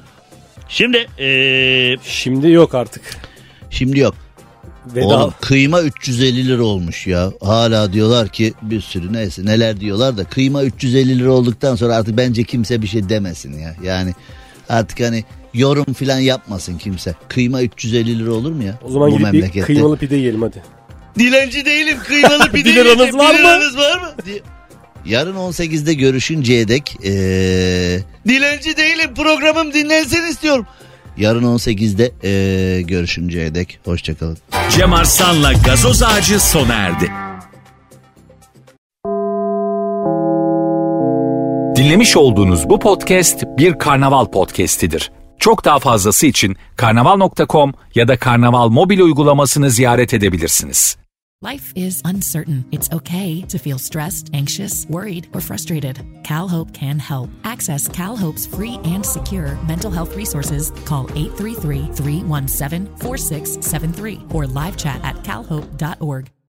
Şimdi yok artık. Şimdi yok. Oğlum, kıyma 350 lira olmuş ya. Hala diyorlar ki bir sürü neyse neler diyorlar da, kıyma 350 lira olduktan sonra artık bence kimse bir şey demesin ya. Yani artık hani yorum filan yapmasın kimse. Kıyma 350 lira olur mu ya? O zaman bu gidip memlekette bir kıymalı pide yiyelim hadi. Dilenci değilim, kıymalı pide Bir liranız yiyelim. var mı? Bir liranız var mı? Yarın 18'de görüşünceye dek dilenci değilim, programım dinlensin istiyorum. Yarın 18'de görüşünceye dek hoşçakalın. Cem Arslan'la Gazoz Ağacı sona erdi. Dinlemiş olduğunuz bu podcast bir karnaval podcastidir. Çok daha fazlası için karnaval.com ya da karnaval mobil uygulamasını ziyaret edebilirsiniz. Life is uncertain. It's okay to feel stressed, anxious, worried, or frustrated. CalHope can help. Access CalHope's free and secure mental health resources. Call 833-317-4673 or live chat at calhope.org.